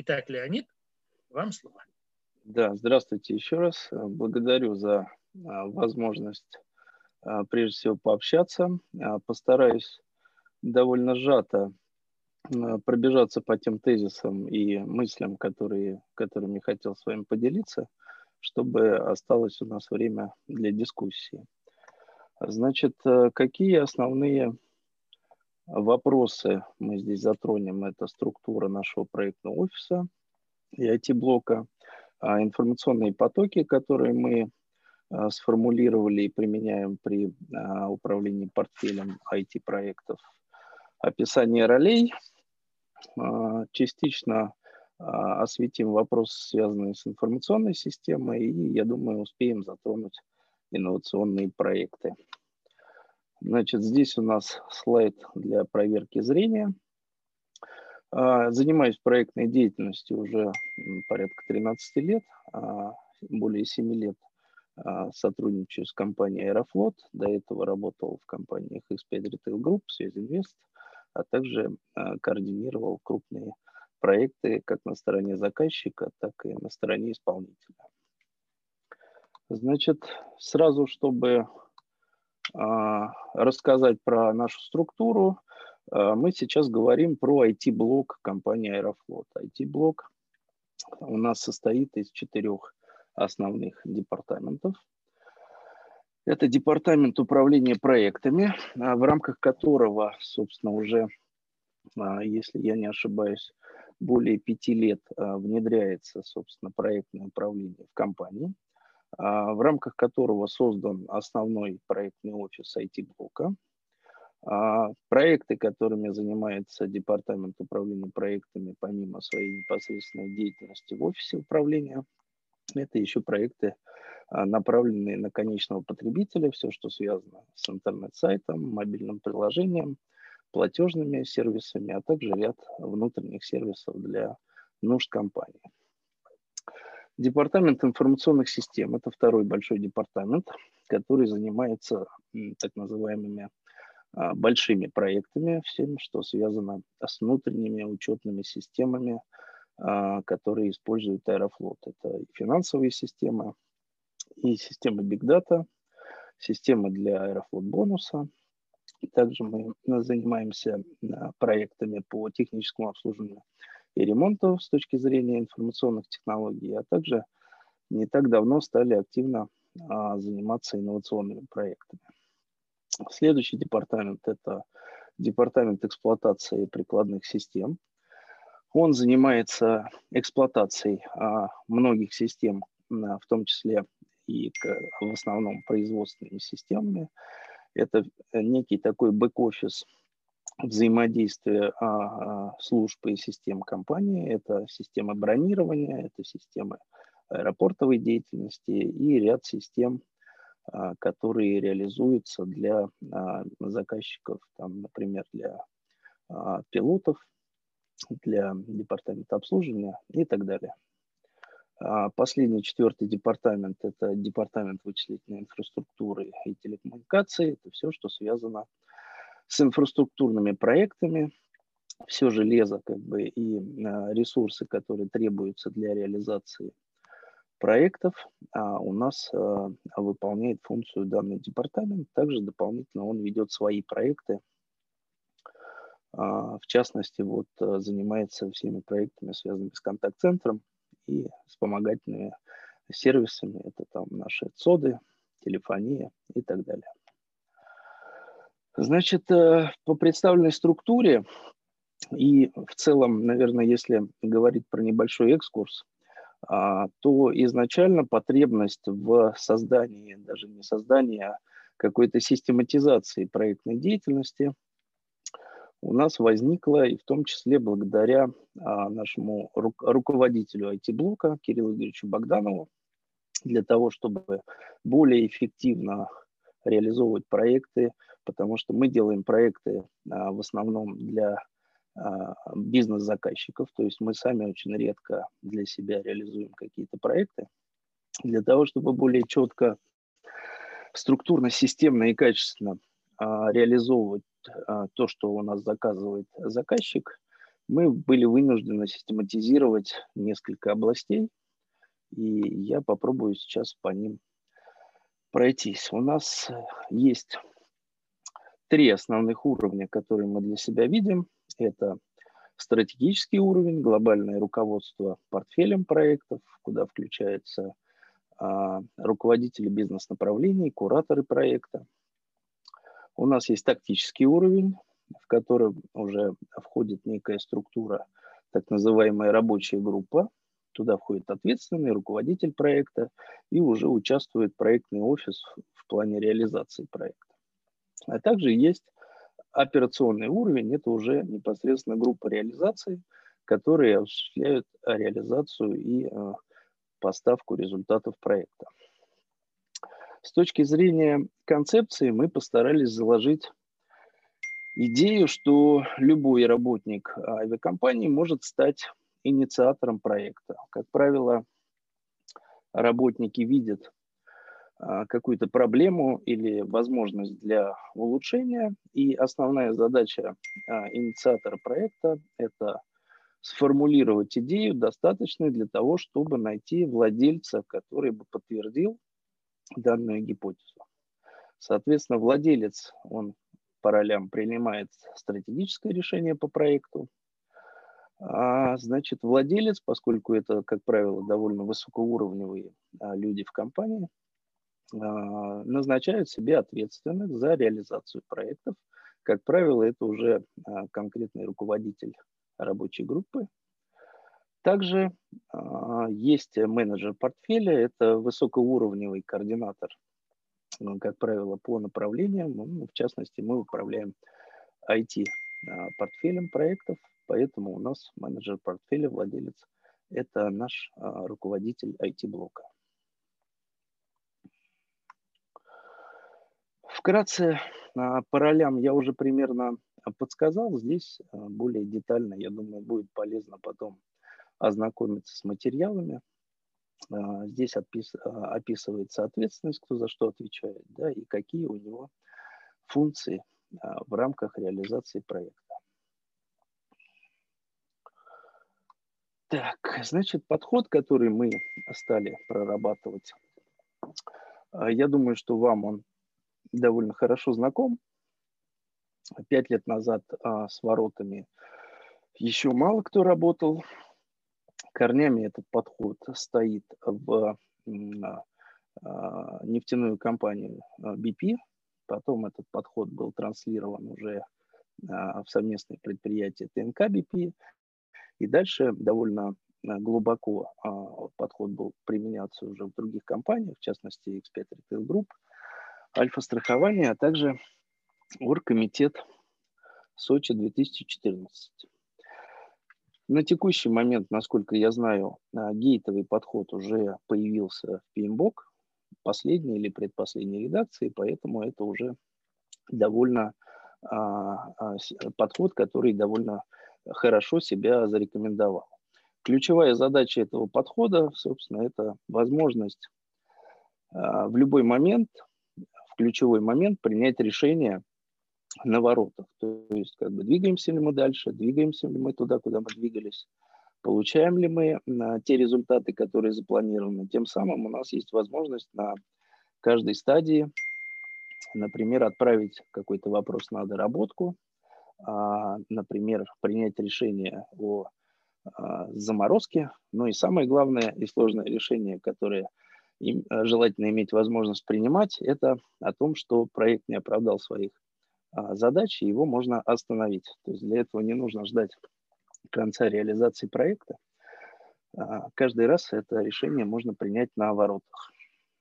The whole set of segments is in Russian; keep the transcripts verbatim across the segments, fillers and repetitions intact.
Итак, Леонид, вам слово. Да, здравствуйте еще раз. Благодарю за возможность прежде всего пообщаться. Постараюсь довольно сжато пробежаться по тем тезисам и мыслям, которые, которыми хотел с вами поделиться, чтобы осталось у нас время для дискуссии. Значит, какие основные вопросы мы здесь затронем? Это структура нашего проектного офиса и ай ти-блока, информационные потоки, которые мы сформулировали и применяем при управлении портфелем ай ти-проектов, описание ролей, частично осветим вопросы, связанные с информационной системой, и, я думаю, успеем затронуть инновационные проекты. Значит, здесь у нас слайд для проверки зрения. Занимаюсь проектной деятельностью уже порядка тринадцати лет, более семи лет сотрудничаю с компанией Аэрофлот. До этого работал в компаниях икс пять Retail Group, Связинвест, а также координировал крупные проекты как на стороне заказчика, так и на стороне исполнителя. Значит, сразу, чтобы рассказать про нашу структуру, мы сейчас говорим про ай ти-блок компании Аэрофлот. ай ти-блок у нас состоит из четырех основных департаментов. Это департамент управления проектами, в рамках которого, собственно, уже, если я не ошибаюсь, более пяти лет внедряется, собственно, проектное управление в компании, в рамках которого создан основной проектный офис ай ти-блока. Проекты, которыми занимается департамент управления проектами, помимо своей непосредственной деятельности в офисе управления, это еще проекты, направленные на конечного потребителя, все, что связано с интернет-сайтом, мобильным приложением, платежными сервисами, а также ряд внутренних сервисов для нужд компании. Департамент информационных систем – это второй большой департамент, который занимается так называемыми большими проектами, всем, что связано с внутренними учетными системами, которые использует Аэрофлот. Это и финансовые системы, и системы Big Data, системы для Аэрофлот бонуса. Также мы занимаемся проектами по техническому обслуживанию и ремонту с точки зрения информационных технологий, а также не так давно стали активно заниматься инновационными проектами. Следующий департамент – это департамент эксплуатации прикладных систем. Он занимается эксплуатацией многих систем, в том числе и в основном производственными системами. Это некий такой бэк-офис взаимодействия служб и систем компании. Это системы бронирования, это системы аэропортовой деятельности и ряд систем, которые реализуются для заказчиков, там, например, для пилотов, для департамента обслуживания и так далее. Последний, четвертый департамент – это департамент вычислительной инфраструктуры и телекоммуникаций. Это все, что связано с инфраструктурными проектами, все железо как бы, и ресурсы, которые требуются для реализации проектов, а у нас а, выполняет функцию данный департамент. Также дополнительно он ведет свои проекты. А, в частности, вот, занимается всеми проектами, связанными с контакт-центром и вспомогательными сервисами. Это там наши цоды, телефония и так далее. Значит, по представленной структуре и в целом, наверное, если говорить про небольшой экскурс, то изначально потребность в создании, даже не создании, а какой-то систематизации проектной деятельности у нас возникла, и в том числе благодаря нашему ру- руководителю ай ти-блока Кириллу Игоревичу Богданову, для того, чтобы более эффективно реализовывать проекты, потому что мы делаем проекты в основном для бизнес-заказчиков, то есть мы сами очень редко для себя реализуем какие-то проекты. Для того, чтобы более четко, структурно, системно и качественно а, реализовывать а, то, что у нас заказывает заказчик, мы были вынуждены систематизировать несколько областей, и я попробую сейчас по ним пройтись. У нас есть три основных уровня, которые мы для себя видим. Это стратегический уровень, глобальное руководство портфелем проектов, куда включаются а, руководители бизнес-направлений, кураторы проекта. У нас есть тактический уровень, в котором уже входит некая структура, так называемая рабочая группа. Туда входит ответственный руководитель проекта и уже участвует проектный офис в плане реализации проекта. А также есть операционный уровень, это уже непосредственно группа реализации, которые осуществляют реализацию и э, поставку результатов проекта. С точки зрения концепции мы постарались заложить идею, что любой работник авиакомпании может стать инициатором проекта. Как правило, работники видят какую-то проблему или возможность для улучшения, и основная задача инициатора проекта – это сформулировать идею, достаточную для того, чтобы найти владельца, который бы подтвердил данную гипотезу. Соответственно, владелец, он по ролям принимает стратегическое решение по проекту, а, значит, владелец, поскольку это, как правило, довольно высокоуровневые а, люди в компании, а, назначают себе ответственных за реализацию проектов. Как правило, это уже а, конкретный руководитель рабочей группы. Также а, есть менеджер портфеля, это высокоуровневый координатор, ну, как правило, по направлениям. Ну, в частности, мы управляем ай ти-портфелем проектов, поэтому у нас менеджер портфеля, владелец, это наш а, руководитель ай ти-блока. Вкратце а, по ролям я уже примерно подсказал. Здесь а, более детально, я думаю, будет полезно потом ознакомиться с материалами. А, здесь опис, а, описывается ответственность, кто за что отвечает, да, и какие у него функции а, в рамках реализации проекта. Так, значит, подход, который мы стали прорабатывать, а, я думаю, что вам он довольно хорошо знаком. Пять лет назад а, с воротами еще мало кто работал. Корнями этот подход стоит в а, а, нефтяную компанию би пи. Потом этот подход был транслирован уже а, в совместное предприятие тэ эн ка би пи. И дальше довольно глубоко а, подход был применяться уже в других компаниях, в частности, икс пять Retail Group, Альфа-страхование, а также Оргкомитет Сочи две тысячи четырнадцать. На текущий момент, насколько я знаю, гейтовый подход уже появился в пи эм бок, последней или предпоследней редакции, поэтому это уже довольно а, а, подход, который довольно хорошо себя зарекомендовал. Ключевая задача этого подхода, собственно, это возможность а, в любой момент, в ключевой момент принять решение на воротах. То есть, как бы, двигаемся ли мы дальше, двигаемся ли мы туда, куда мы двигались, получаем ли мы а, те результаты, которые запланированы. Тем самым у нас есть возможность на каждой стадии, например, отправить какой-то вопрос на доработку, а, например, принять решение о а, заморозке. Ну и самое главное и сложное решение, которое им желательно иметь возможность принимать, это о том, что проект не оправдал своих а, задач, и его можно остановить. То есть для этого не нужно ждать конца реализации проекта. А, каждый раз это решение можно принять на воротах.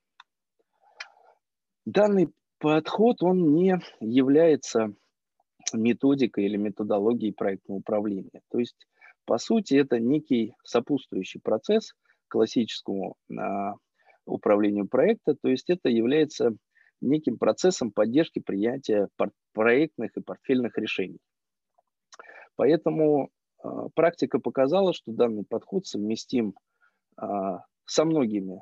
Данный подход, он не является методикой или методологией проектного управления. То есть, по сути, это некий сопутствующий процесс классическому а, управлению проекта. То есть это является неким процессом поддержки принятия проектных и портфельных решений. Поэтому а, практика показала, что данный подход совместим а, со многими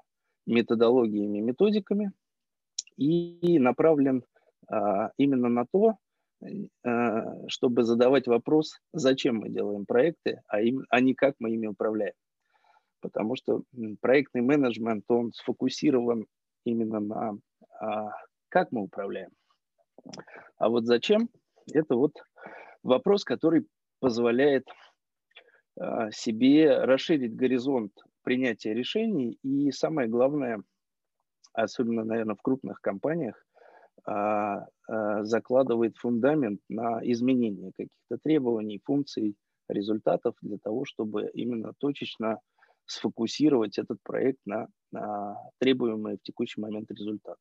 методологиями и методиками и направлен а, именно на то, чтобы задавать вопрос, зачем мы делаем проекты, а, им, а не как мы ими управляем. Потому что проектный менеджмент, он сфокусирован именно на а, как мы управляем. А вот зачем, это вот вопрос, который позволяет а, себе расширить горизонт принятия решений и, самое главное, особенно, наверное, в крупных компаниях, а, а, закладывает фундамент на изменение каких-то требований, функций, результатов для того, чтобы именно точечно сфокусировать этот проект на, на требуемый в текущий момент результат.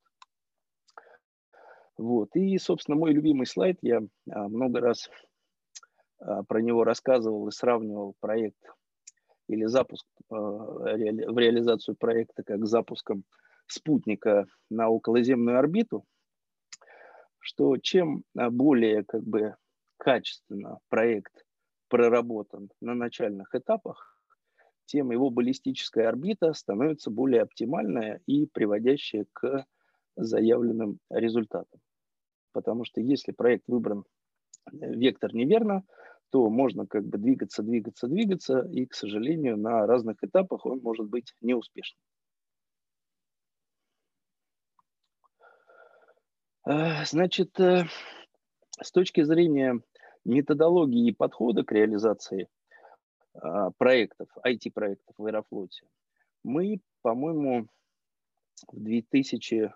Вот. И, собственно, мой любимый слайд, я а, много раз а, про него рассказывал и сравнивал проект или запуск а, реали, в реализацию проекта как запуском спутника на околоземную орбиту, что чем более как бы качественно проект проработан на начальных этапах, тем его баллистическая орбита становится более оптимальная и приводящая к заявленным результатам. Потому что если проект выбран вектор неверно, то можно как бы двигаться, двигаться, двигаться, и, к сожалению, на разных этапах он может быть неуспешным. Значит, с точки зрения методологии и подхода к реализации проектов, ай ти-проектов в Аэрофлоте, мы, по-моему, в две тысячи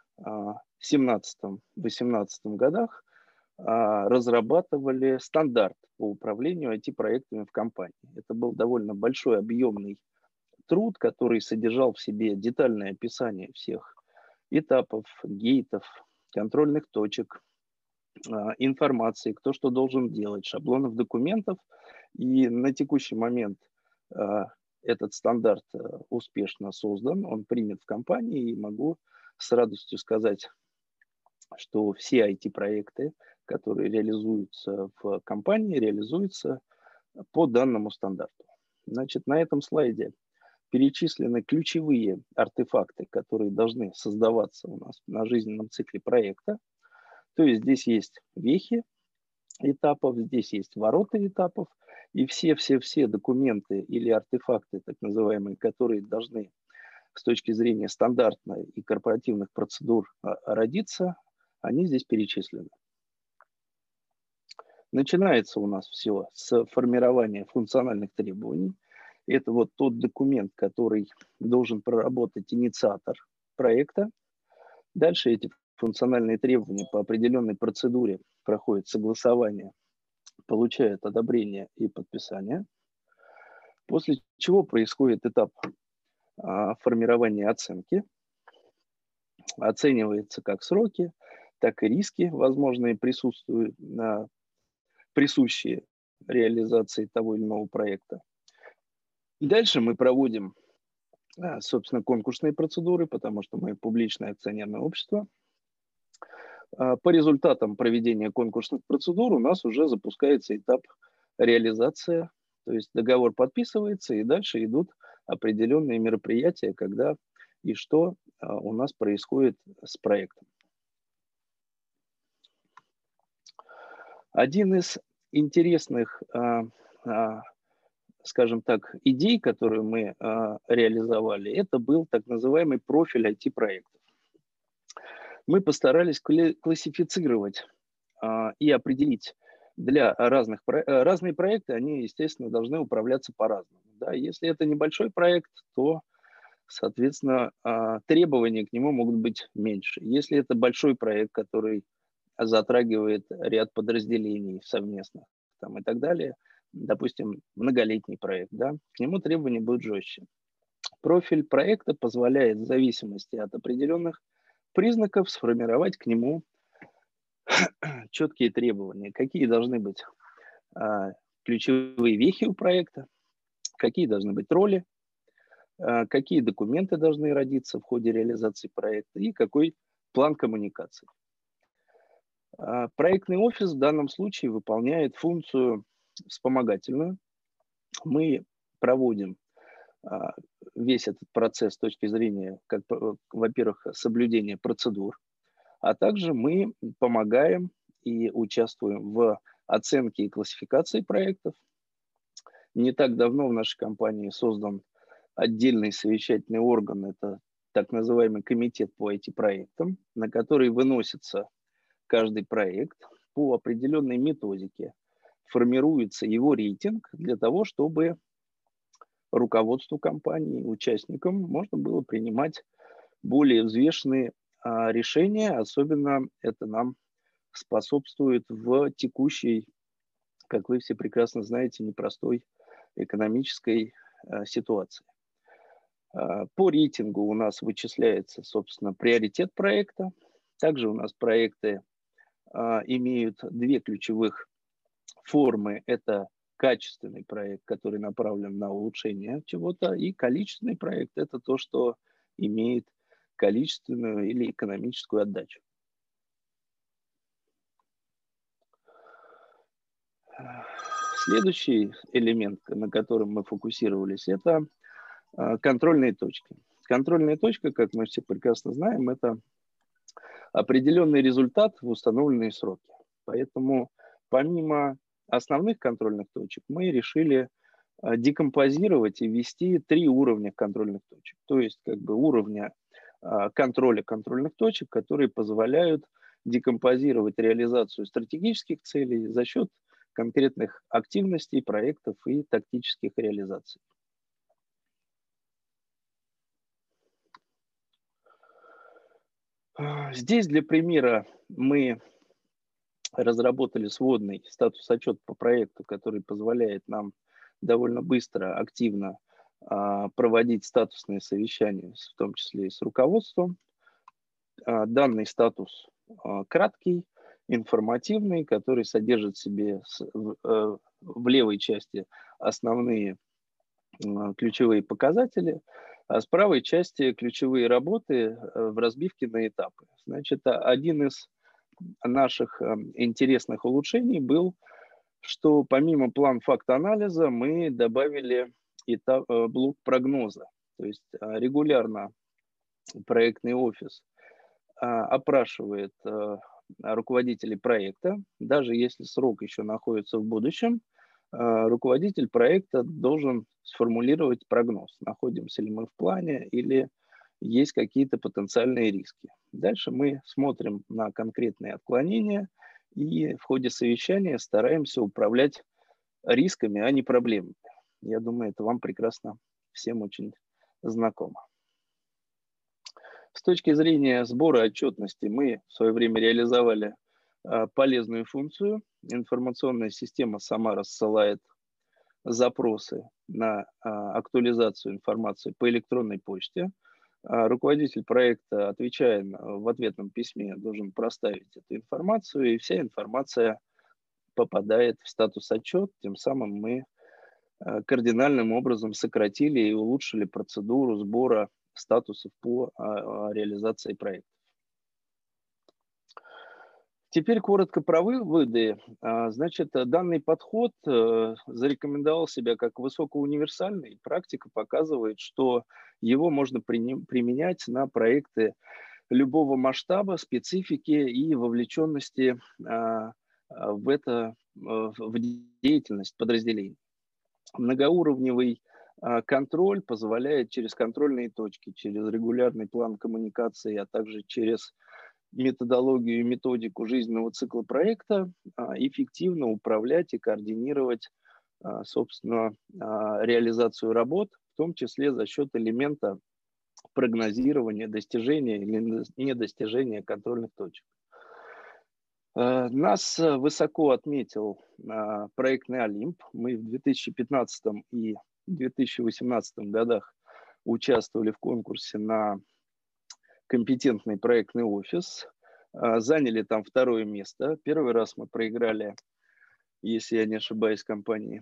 семнадцатом-восемнадцатом годах разрабатывали стандарт по управлению ай ти-проектами в компании. Это был довольно большой объемный труд, который содержал в себе детальное описание всех этапов, гейтов, контрольных точек, информации, кто что должен делать, шаблонов документов. И на текущий момент этот стандарт успешно создан, он принят в компании, и могу с радостью сказать, что все ай ти-проекты, которые реализуются в компании, реализуются по данному стандарту. Значит, на этом слайде перечислены ключевые артефакты, которые должны создаваться у нас на жизненном цикле проекта. То есть здесь есть вехи этапов, здесь есть ворота этапов, и все-все-все документы или артефакты, так называемые, которые должны с точки зрения стандартной и корпоративных процедур родиться, они здесь перечислены. Начинается у нас все с формирования функциональных требований. Это вот тот документ, который должен проработать инициатор проекта. Дальше эти функциональные требования по определенной процедуре проходят согласование, получают одобрение и подписание. После чего происходит этап а, формирования оценки. Оценивается как сроки, так и риски, возможные присутствуют, а, присущие реализации того или иного проекта. Дальше мы проводим, а, собственно, конкурсные процедуры, потому что мы публичное акционерное общество. По результатам проведения конкурсных процедур у нас уже запускается этап реализации, то есть договор подписывается, и дальше идут определенные мероприятия, когда и что у нас происходит с проектом. Один из интересных, скажем так, идей, которую мы реализовали, это был так называемый профиль ай ти-проектов. Мы постарались классифицировать а, и определить для разных разные проекты, они, естественно, должны управляться по-разному. Да? Если это небольшой проект, то, соответственно, а, требования к нему могут быть меньше. Если это большой проект, который затрагивает ряд подразделений совместных там, и так далее, допустим, многолетний проект, да, к нему требования будут жестче. Профиль проекта позволяет в зависимости от определенных признаков сформировать к нему четкие требования, какие должны быть а, ключевые вехи у проекта, какие должны быть роли, а, какие документы должны родиться в ходе реализации проекта и какой план коммуникации. А, проектный офис в данном случае выполняет функцию вспомогательную. Мы проводим а, весь этот процесс с точки зрения, как, во-первых, соблюдения процедур, а также мы помогаем и участвуем в оценке и классификации проектов. Не так давно в нашей компании создан отдельный совещательный орган, это так называемый комитет по ай ти-проектам, на который выносится каждый проект по определенной методике, формируется его рейтинг для того, чтобы руководству компании, участникам можно было принимать более взвешенные а, решения, особенно это нам способствует в текущей, как вы все прекрасно знаете, непростой экономической а, ситуации. А, по рейтингу у нас вычисляется, собственно, приоритет проекта. Также у нас проекты а, имеют две ключевых формы. Это качественный проект, который направлен на улучшение чего-то, и количественный проект – это то, что имеет количественную или экономическую отдачу. Следующий элемент, на котором мы фокусировались, это контрольные точки. Контрольная точка, как мы все прекрасно знаем, это определенный результат в установленные сроки. Поэтому помимо основных контрольных точек мы решили декомпозировать и ввести три уровня контрольных точек. То есть как бы уровня контроля контрольных точек, которые позволяют декомпозировать реализацию стратегических целей за счет конкретных активностей, проектов и тактических реализаций. Здесь для примера мы разработали сводный статус-отчет по проекту, который позволяет нам довольно быстро, активно а, проводить статусные совещания, в том числе и с руководством. А, данный статус а, краткий, информативный, который содержит в себе с, в, э, в левой части основные а, ключевые показатели, а с правой части ключевые работы в разбивке на этапы. Значит, один из наших интересных улучшений был, что помимо план-факт-анализа мы добавили этап, блок прогноза. То есть регулярно проектный офис опрашивает руководителей проекта, даже если срок еще находится в будущем, руководитель проекта должен сформулировать прогноз, находимся ли мы в плане или есть какие-то потенциальные риски. Дальше мы смотрим на конкретные отклонения и в ходе совещания стараемся управлять рисками, а не проблемами. Я думаю, это вам прекрасно всем очень знакомо. С точки зрения сбора отчетности мы в свое время реализовали а, полезную функцию. Информационная система сама рассылает запросы на а, актуализацию информации по электронной почте. А, руководитель проекта, отвечая в ответном письме, должен проставить эту информацию, и вся информация попадает в статус-отчет. Тем самым мы а, кардинальным образом сократили и улучшили процедуру сбора статусов по а, реализации проекта. Теперь коротко про выводы. Значит, данный подход зарекомендовал себя как высокоуниверсальный. Практика показывает, что его можно применять на проекты любого масштаба, специфики и вовлеченности в, это, в деятельность подразделений. Многоуровневый контроль позволяет через контрольные точки, через регулярный план коммуникации, а также через методологию и методику жизненного цикла проекта эффективно управлять и координировать, собственно, реализацию работ, в том числе за счет элемента прогнозирования, достижения или недостижения контрольных точек. Нас высоко отметил проектный Олимп. Мы в две тысячи пятнадцатом и две тысячи восемнадцатом годах участвовали в конкурсе на компетентный проектный офис, заняли там второе место. Первый раз мы проиграли, если я не ошибаюсь, компании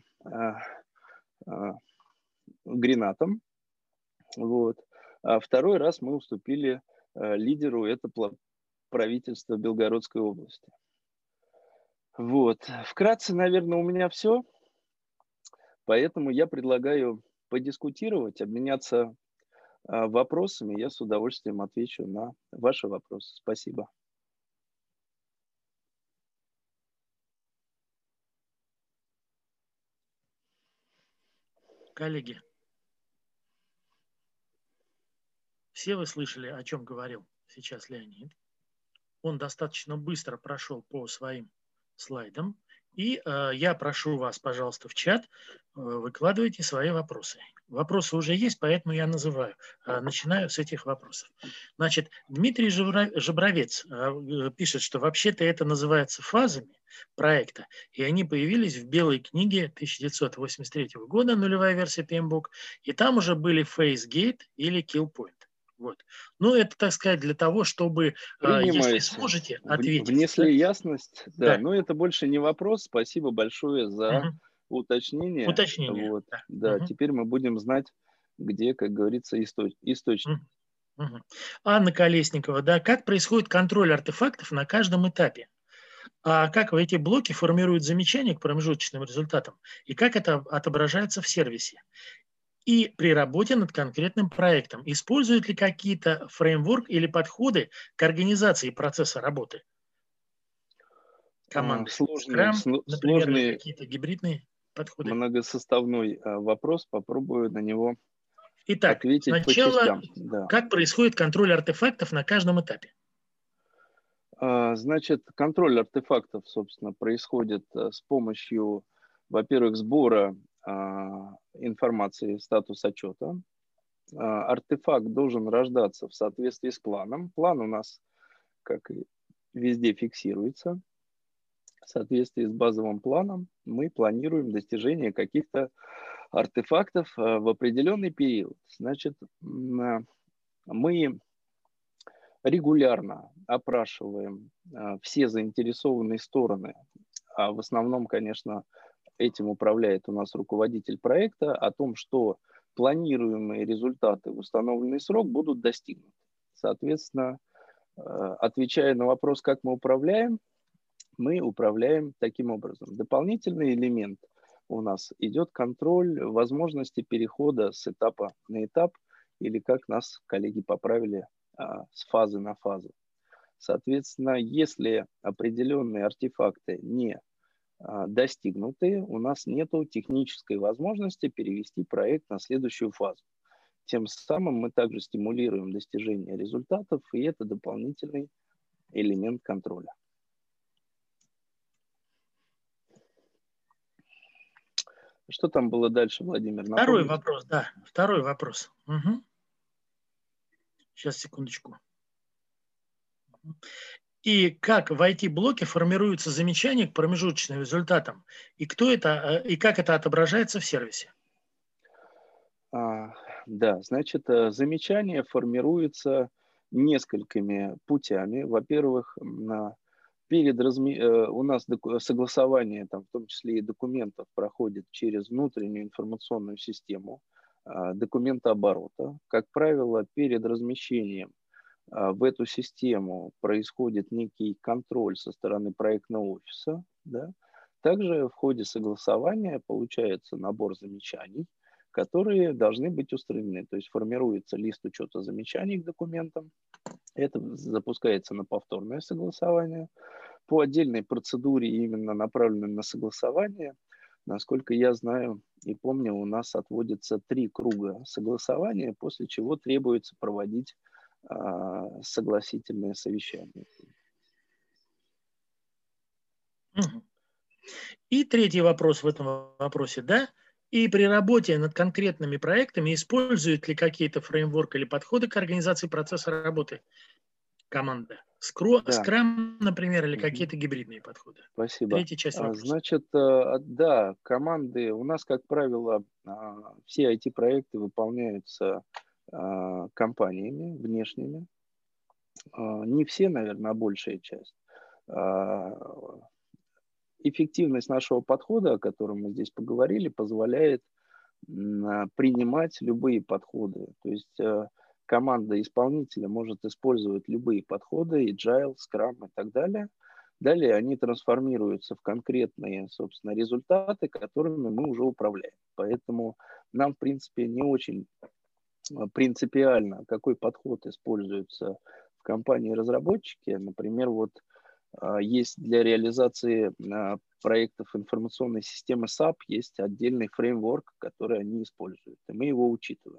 Гринатом. Вот. А второй раз мы уступили лидеру, это правительство Белгородской области. Вот. Вкратце, наверное, у меня все. Поэтому я предлагаю подискутировать, обменяться вопросами. Я с удовольствием отвечу на ваши вопросы. Спасибо. Коллеги, все вы слышали, о чем говорил сейчас Леонид. Он достаточно быстро прошел по своим слайдам. И э, я прошу вас, пожалуйста, в чат э, выкладывайте свои вопросы. Вопросы уже есть, поэтому я называю. Э, начинаю с этих вопросов. Значит, Дмитрий Жебровец э, пишет, что вообще-то это называется фазами проекта, и они появились в белой книге тысяча девятьсот восемьдесят третьего года, нулевая версия пи эм бук, и там уже были phase gate или kill point. Вот. Ну, это, так сказать, для того, чтобы, если сможете, ответить. Внесли да? ясность, да, Да. но это больше не вопрос. Спасибо большое за Угу. уточнение. Уточнение. Вот. Да, да угу. Теперь мы будем знать, где, как говорится, источ... источник. Угу. Анна Колесникова, да, как происходит контроль артефактов на каждом этапе? А как эти блоки формируют замечания к промежуточным результатам? И как это отображается в сервисе? И при работе над конкретным проектом используют ли какие-то фреймворк или подходы к организации процесса работы команды? Сложный, Scrum, например, сложный, или какие-то гибридные подходы? Многосоставной вопрос. Попробую на него Итак, ответить сначала, по частям. Да. Как происходит контроль артефактов на каждом этапе? Значит, контроль артефактов, собственно, происходит с помощью, во-первых, сбора информации, статус отчета. Артефакт должен рождаться в соответствии с планом. План у нас, как и везде, фиксируется. В соответствии с базовым планом мы планируем достижение каких-то артефактов в определенный период. Значит, мы регулярно опрашиваем все заинтересованные стороны, а в основном, конечно, этим управляет у нас руководитель проекта, о том, что планируемые результаты в установленный срок будут достигнуты. Соответственно, отвечая на вопрос, как мы управляем, мы управляем таким образом. Дополнительный элемент у нас идет контроль возможности перехода с этапа на этап, или как нас коллеги поправили, с фазы на фазу. Соответственно, если определенные артефакты не достигнуты, у нас нет технической возможности перевести проект на следующую фазу. Тем самым мы также стимулируем достижение результатов, и это дополнительный элемент контроля. Что там было дальше, Владимир? Второй Напомните? вопрос, да, второй вопрос. Угу. Сейчас, секундочку. И как в ай ти-блоке формируются замечания к промежуточным результатам? И, кто это, и как это отображается в сервисе? А, да, значит, замечания формируются несколькими путями. Во-первых, перед разми... у нас согласование, там, в том числе и документов, проходит через внутреннюю информационную систему документооборота. Как правило, перед размещением в эту систему происходит некий контроль со стороны проектного офиса. Да? Также в ходе согласования получается набор замечаний, которые должны быть устранены. То есть формируется лист учета замечаний к документам. Это запускается на повторное согласование. По отдельной процедуре, именно направленной на согласование, насколько я знаю и помню, у нас отводится три круга согласования, после чего требуется проводить а, согласительное совещание. И третий вопрос в этом вопросе, да? И при работе над конкретными проектами используют ли какие-то фреймворки или подходы к организации процесса работы команда? Scrum, Да. Scrum, например, или Угу. какие-то гибридные подходы? Спасибо. Третья часть вопроса. Значит, да, команды, у нас, как правило, все ай ти-проекты выполняются компаниями внешними. Не все, наверное, а большая часть. Эффективность нашего подхода, о котором мы здесь поговорили, позволяет принимать любые подходы. То есть команда исполнителя может использовать любые подходы, agile, Scrum и так далее. Далее они трансформируются в конкретные, собственно, результаты, которыми мы уже управляем. Поэтому нам, в принципе, не очень принципиально, какой подход используется в компании разработчики. Например, вот есть для реализации проектов информационной системы сап есть отдельный фреймворк, который они используют, и мы его учитываем.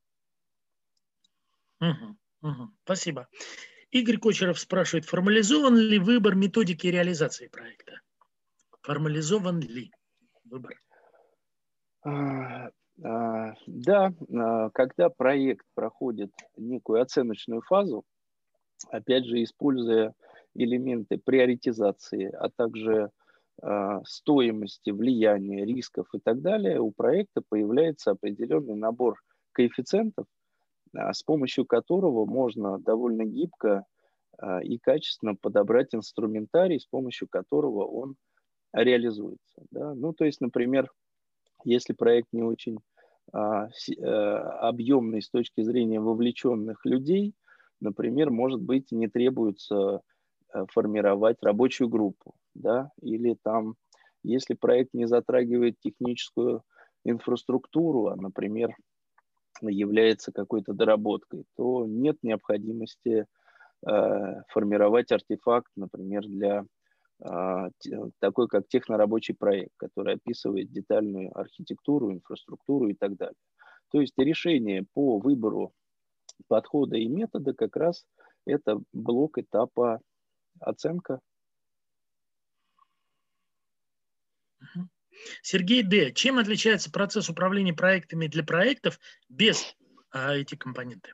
Угу, угу. Спасибо. Игорь Кочеров спрашивает, формализован ли выбор методики реализации проекта? Формализован ли выбор? А, а, да, а, когда проект проходит некую оценочную фазу, опять же, используя элементы приоритизации, а также а, стоимости, влияния, рисков и так далее, у проекта появляется определенный набор коэффициентов, а, с помощью которого можно довольно гибко а, и качественно подобрать инструментарий, с помощью которого он реализуется. Да? Ну, то есть, например, если проект не очень а, с, а, объемный с точки зрения вовлеченных людей, например, может быть, не требуется а, формировать рабочую группу, да, или там, если проект не затрагивает техническую инфраструктуру, а, например, является какой-то доработкой, то нет необходимости а, формировать артефакт, например, для такой как технорабочий проект, который описывает детальную архитектуру, инфраструктуру и так далее. То есть решение по выбору подхода и метода как раз это блок этапа оценка. Сергей Д. Чем отличается процесс управления проектами для проектов без а, эти компоненты?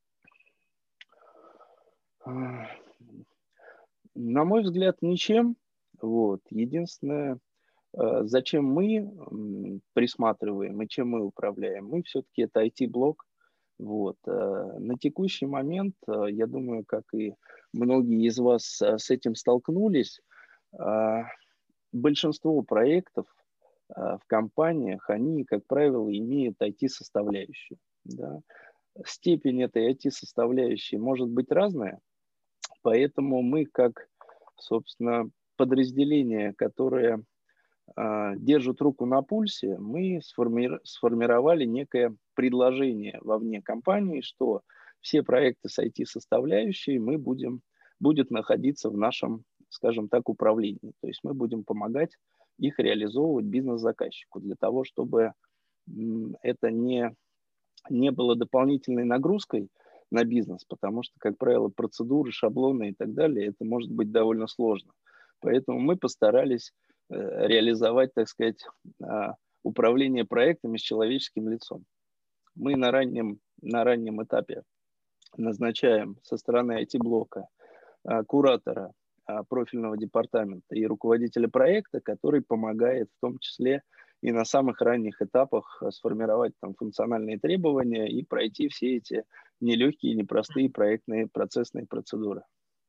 На мой взгляд, ничем. Вот. Единственное, зачем мы присматриваем и чем мы управляем, мы все-таки это ай ти-блок. Вот. На текущий момент, я думаю, как и многие из вас с этим столкнулись, большинство проектов в компаниях, они, как правило, имеют ай ти-составляющую. Да? Степень этой ай ти-составляющей может быть разная, поэтому мы, как, собственно, подразделение, которое э, держит руку на пульсе, мы сформи- сформировали некое предложение вовне компании, что все проекты с ай ти-составляющей мы будем, будет находиться в нашем, скажем так, управлении. То есть мы будем помогать их реализовывать бизнес-заказчику для того, чтобы м, это не, не было дополнительной нагрузкой на бизнес, потому что, как правило, процедуры, шаблоны и так далее, это может быть довольно сложно. Поэтому мы постарались э, реализовать, так сказать, э, управление проектами с человеческим лицом. Мы на раннем, на раннем этапе назначаем со стороны ай ти-блока э, куратора э, профильного департамента и руководителя проекта, который помогает в том числе и на самых ранних этапах сформировать там функциональные требования и пройти все эти нелегкие, непростые проектные процессные процедуры.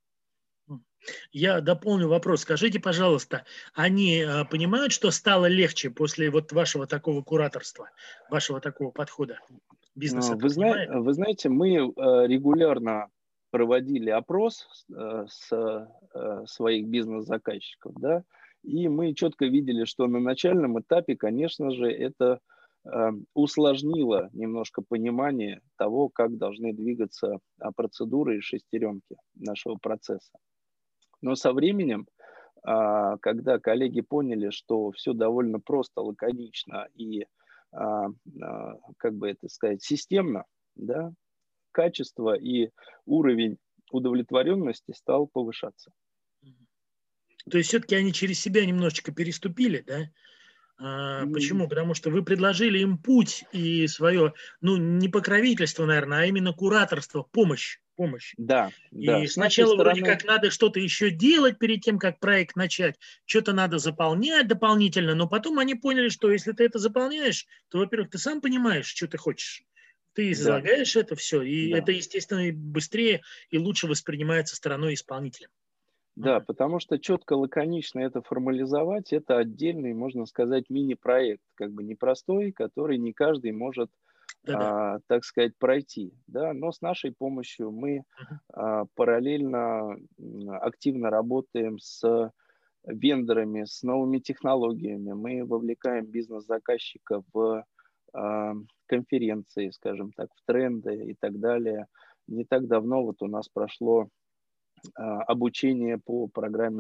Я дополню вопрос. Скажите, пожалуйста, они э, понимают, что стало легче после вот вашего такого кураторства, вашего такого подхода? Бизнес это Вы, зна... понимает? Вы знаете, мы э, регулярно проводили опрос э, с э, своих бизнес-заказчиков, да, и мы четко видели, что на начальном этапе, конечно же, это э, усложнило немножко понимание того, как должны двигаться а, процедуры и шестеренки нашего процесса. Но со временем, а, когда коллеги поняли, что все довольно просто, лаконично и, а, а, как бы это сказать, системно, да, качество и уровень удовлетворенности стал повышаться. То есть все-таки они через себя немножечко переступили, да? А, почему? Потому что вы предложили им путь и свое, ну, не покровительство, наверное, а именно кураторство, помощь. помощь. Да, да. И С нашей сначала стороны... вроде как надо что-то еще делать перед тем, как проект начать, что-то надо заполнять дополнительно, но потом они поняли, что если ты это заполняешь, то, во-первых, ты сам понимаешь, что ты хочешь, ты излагаешь да. это все, и да. это, естественно, быстрее и лучше воспринимается стороной исполнителя. Да, uh-huh. потому что четко, лаконично это формализовать, это отдельный, можно сказать, мини-проект, как бы непростой, который не каждый может, а, так сказать, пройти. Да? Но с нашей помощью мы uh-huh. а, параллельно активно работаем с вендорами, с новыми технологиями. Мы вовлекаем бизнес-заказчика в а, конференции, скажем так, в тренды и так далее. Не так давно вот у нас прошло обучение по программе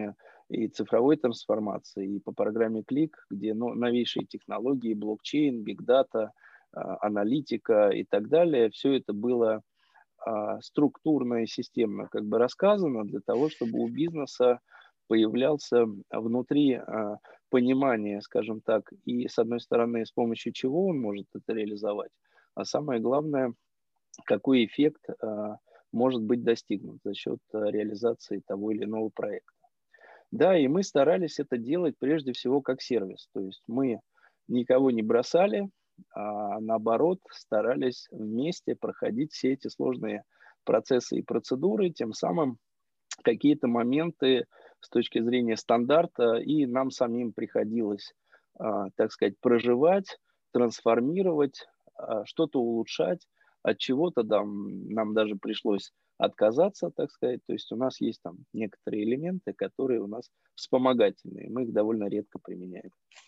и цифровой трансформации, и по программе Клик, где ну, новейшие технологии, блокчейн, бигдата, аналитика и так далее, все это было а, структурно и системно как бы рассказано для того, чтобы у бизнеса появлялся внутри а, понимание, скажем так, и с одной стороны, с помощью чего он может это реализовать, а самое главное, какой эффект а, может быть достигнут за счет а, реализации того или иного проекта. Да, и мы старались это делать прежде всего как сервис, то есть мы никого не бросали, а наоборот старались вместе проходить все эти сложные процессы и процедуры, тем самым какие-то моменты с точки зрения стандарта и нам самим приходилось, а, так сказать, проживать, трансформировать, а, что-то улучшать, от чего-то там нам даже пришлось отказаться, так сказать. То есть у нас есть там некоторые элементы, которые у нас вспомогательные, мы их довольно редко применяем.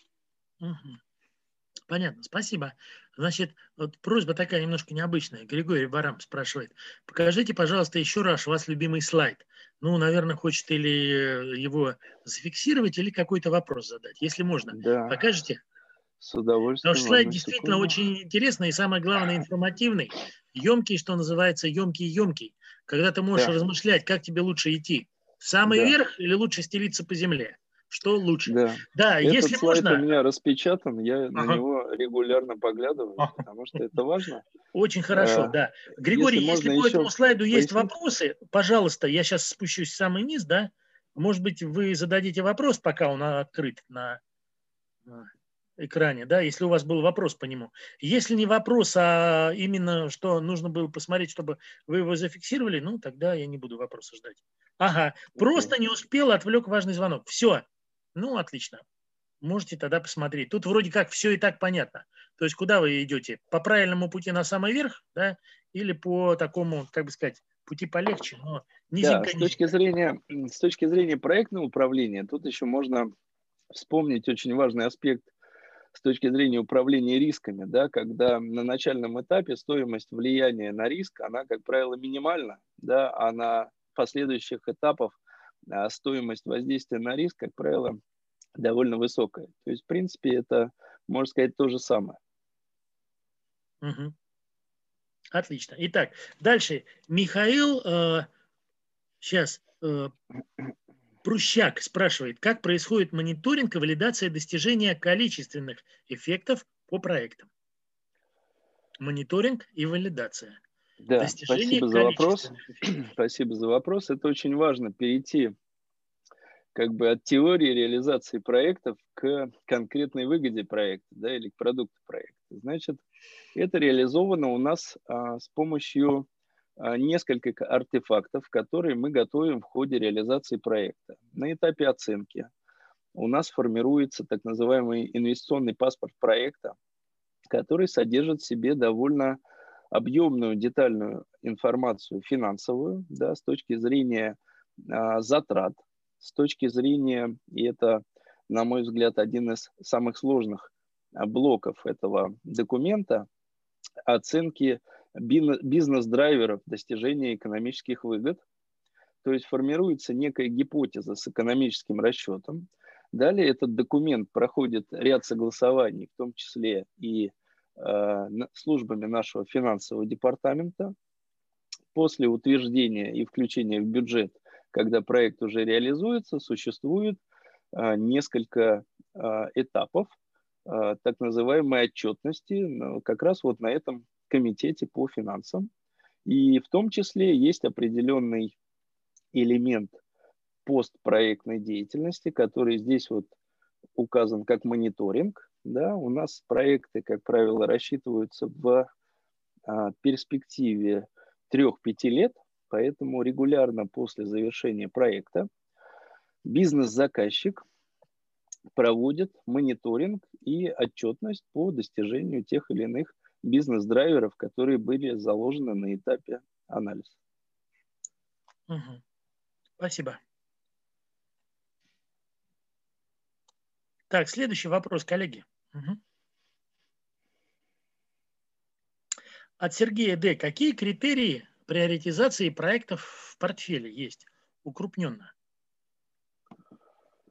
Мгм. Понятно, спасибо. Значит, вот просьба такая немножко необычная. Григорий Барам спрашивает, покажите, пожалуйста, еще раз ваш любимый слайд. Ну, наверное, хочет или его зафиксировать, или какой-то вопрос задать. Если можно, Да, покажете? с Потому что удовольствием, слайд одну действительно секунду. очень интересный и, самое главное, информативный. Емкий, что называется, емкий-емкий. Когда ты можешь Да, размышлять, как тебе лучше идти. В самый да, верх или лучше стелиться по земле? Что лучше? да. Да, Этот если слайд у можно... меня распечатан, я на Ага. него регулярно поглядываю, потому что это важно. Очень хорошо, Э, да. Если Григорий, если можно по этому еще слайду есть пояснить. вопросы, пожалуйста, я сейчас спущусь в самый низ, да? Может быть, вы зададите вопрос, пока он открыт на на экране, да, если у вас был вопрос по нему. Если не вопрос, а именно что нужно было посмотреть, чтобы вы его зафиксировали, ну, тогда я не буду вопроса ждать. Ага, Окей. просто не успел, отвлек важный звонок. Все. Ну, отлично. Можете тогда посмотреть. Тут вроде как все и так понятно. То есть куда вы идете? По правильному пути на самый верх, да, или по такому, как бы сказать, пути полегче, но Да, с точки низенько-низенько. зрения, м, с точки зрения проектного управления, тут еще можно вспомнить очень важный аспект с точки зрения управления рисками, да, когда на начальном этапе стоимость влияния на риск, она, как правило, минимальна, да, а на последующих этапах а, стоимость воздействия на риск, как правило, довольно высокая. То есть, в принципе, это, можно сказать, то же самое. Мгм. Отлично. Итак, дальше. Михаил, э, сейчас, э, Прущак спрашивает, как происходит мониторинг и валидация достижения количественных эффектов по проектам. Мониторинг и валидация. Да, Достижение спасибо за вопрос. количественных эффектов. Спасибо за вопрос. Это очень важно перейти как бы от теории реализации проектов к конкретной выгоде проекта, да, или к продукту проекта. Значит, это реализовано у нас а, с помощью а, нескольких артефактов, которые мы готовим в ходе реализации проекта. На этапе оценки у нас формируется так называемый инвестиционный паспорт проекта, который содержит в себе довольно объемную, детальную информацию финансовую, да, с точки зрения а, затрат, с точки зрения, и это, на мой взгляд, один из самых сложных а, блоков этого документа, оценки бизнес-драйверов достижения экономических выгод. То есть формируется некая гипотеза с экономическим расчетом. Далее этот документ проходит ряд согласований, в том числе и э, службами нашего финансового департамента. После утверждения и включения в бюджет, когда проект уже реализуется, существует э, несколько э, этапов э, так называемой отчетности, ну, как раз вот на этом комитете по финансам. И в том числе есть определенный элемент постпроектной деятельности, который здесь вот указан как мониторинг. Да, у нас проекты, как правило, рассчитываются в а, перспективе трех-пяти лет, поэтому регулярно после завершения проекта бизнес-заказчик проводит мониторинг и отчетность по достижению тех или иных бизнес-драйверов, которые были заложены на этапе анализа. Угу. Спасибо. Так, следующий вопрос, коллеги. Угу. От Сергея Д. Какие критерии приоритизации проектов в портфеле есть? Укрупненно.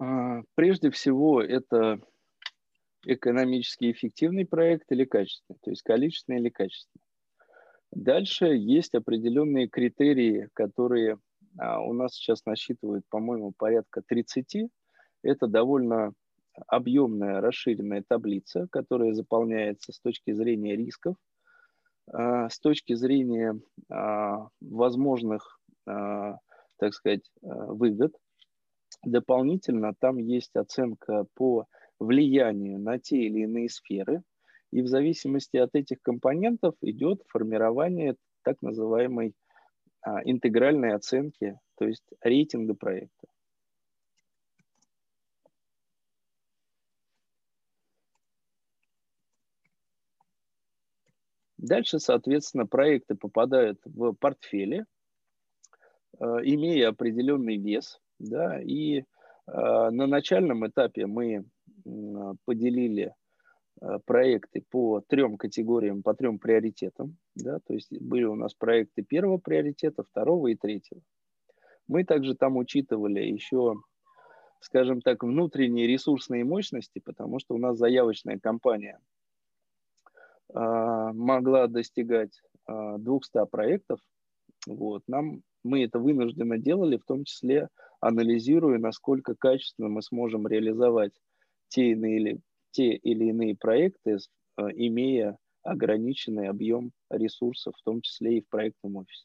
А, Прежде всего, это экономически эффективный проект или качественный, то есть количественный или качественный. Дальше есть определенные критерии, которые а, у нас сейчас насчитывают, по-моему, порядка тридцати. Это довольно объемная, расширенная таблица, которая заполняется с точки зрения рисков, а, с точки зрения а, возможных, а, так сказать, а, выгод. Дополнительно там есть оценка по влиянию на те или иные сферы, и в зависимости от этих компонентов идет формирование так называемой а, интегральной оценки, то есть рейтинга проекта. Дальше, соответственно, проекты попадают в портфели, э, имея определенный вес, да, и э, на начальном этапе мы м, поделили э, проекты по трем категориям, по трем приоритетам, да, то есть были у нас проекты первого приоритета, второго и третьего. Мы также там учитывали еще, скажем так, внутренние ресурсные мощности, потому что у нас заявочная кампания а, могла достигать а, двухсот проектов. Вот. Нам, мы это вынужденно делали, в том числе анализируя, насколько качественно мы сможем реализовать те, иные, или, те или иные проекты, а, имея ограниченный объем ресурсов, в том числе и в проектном офисе.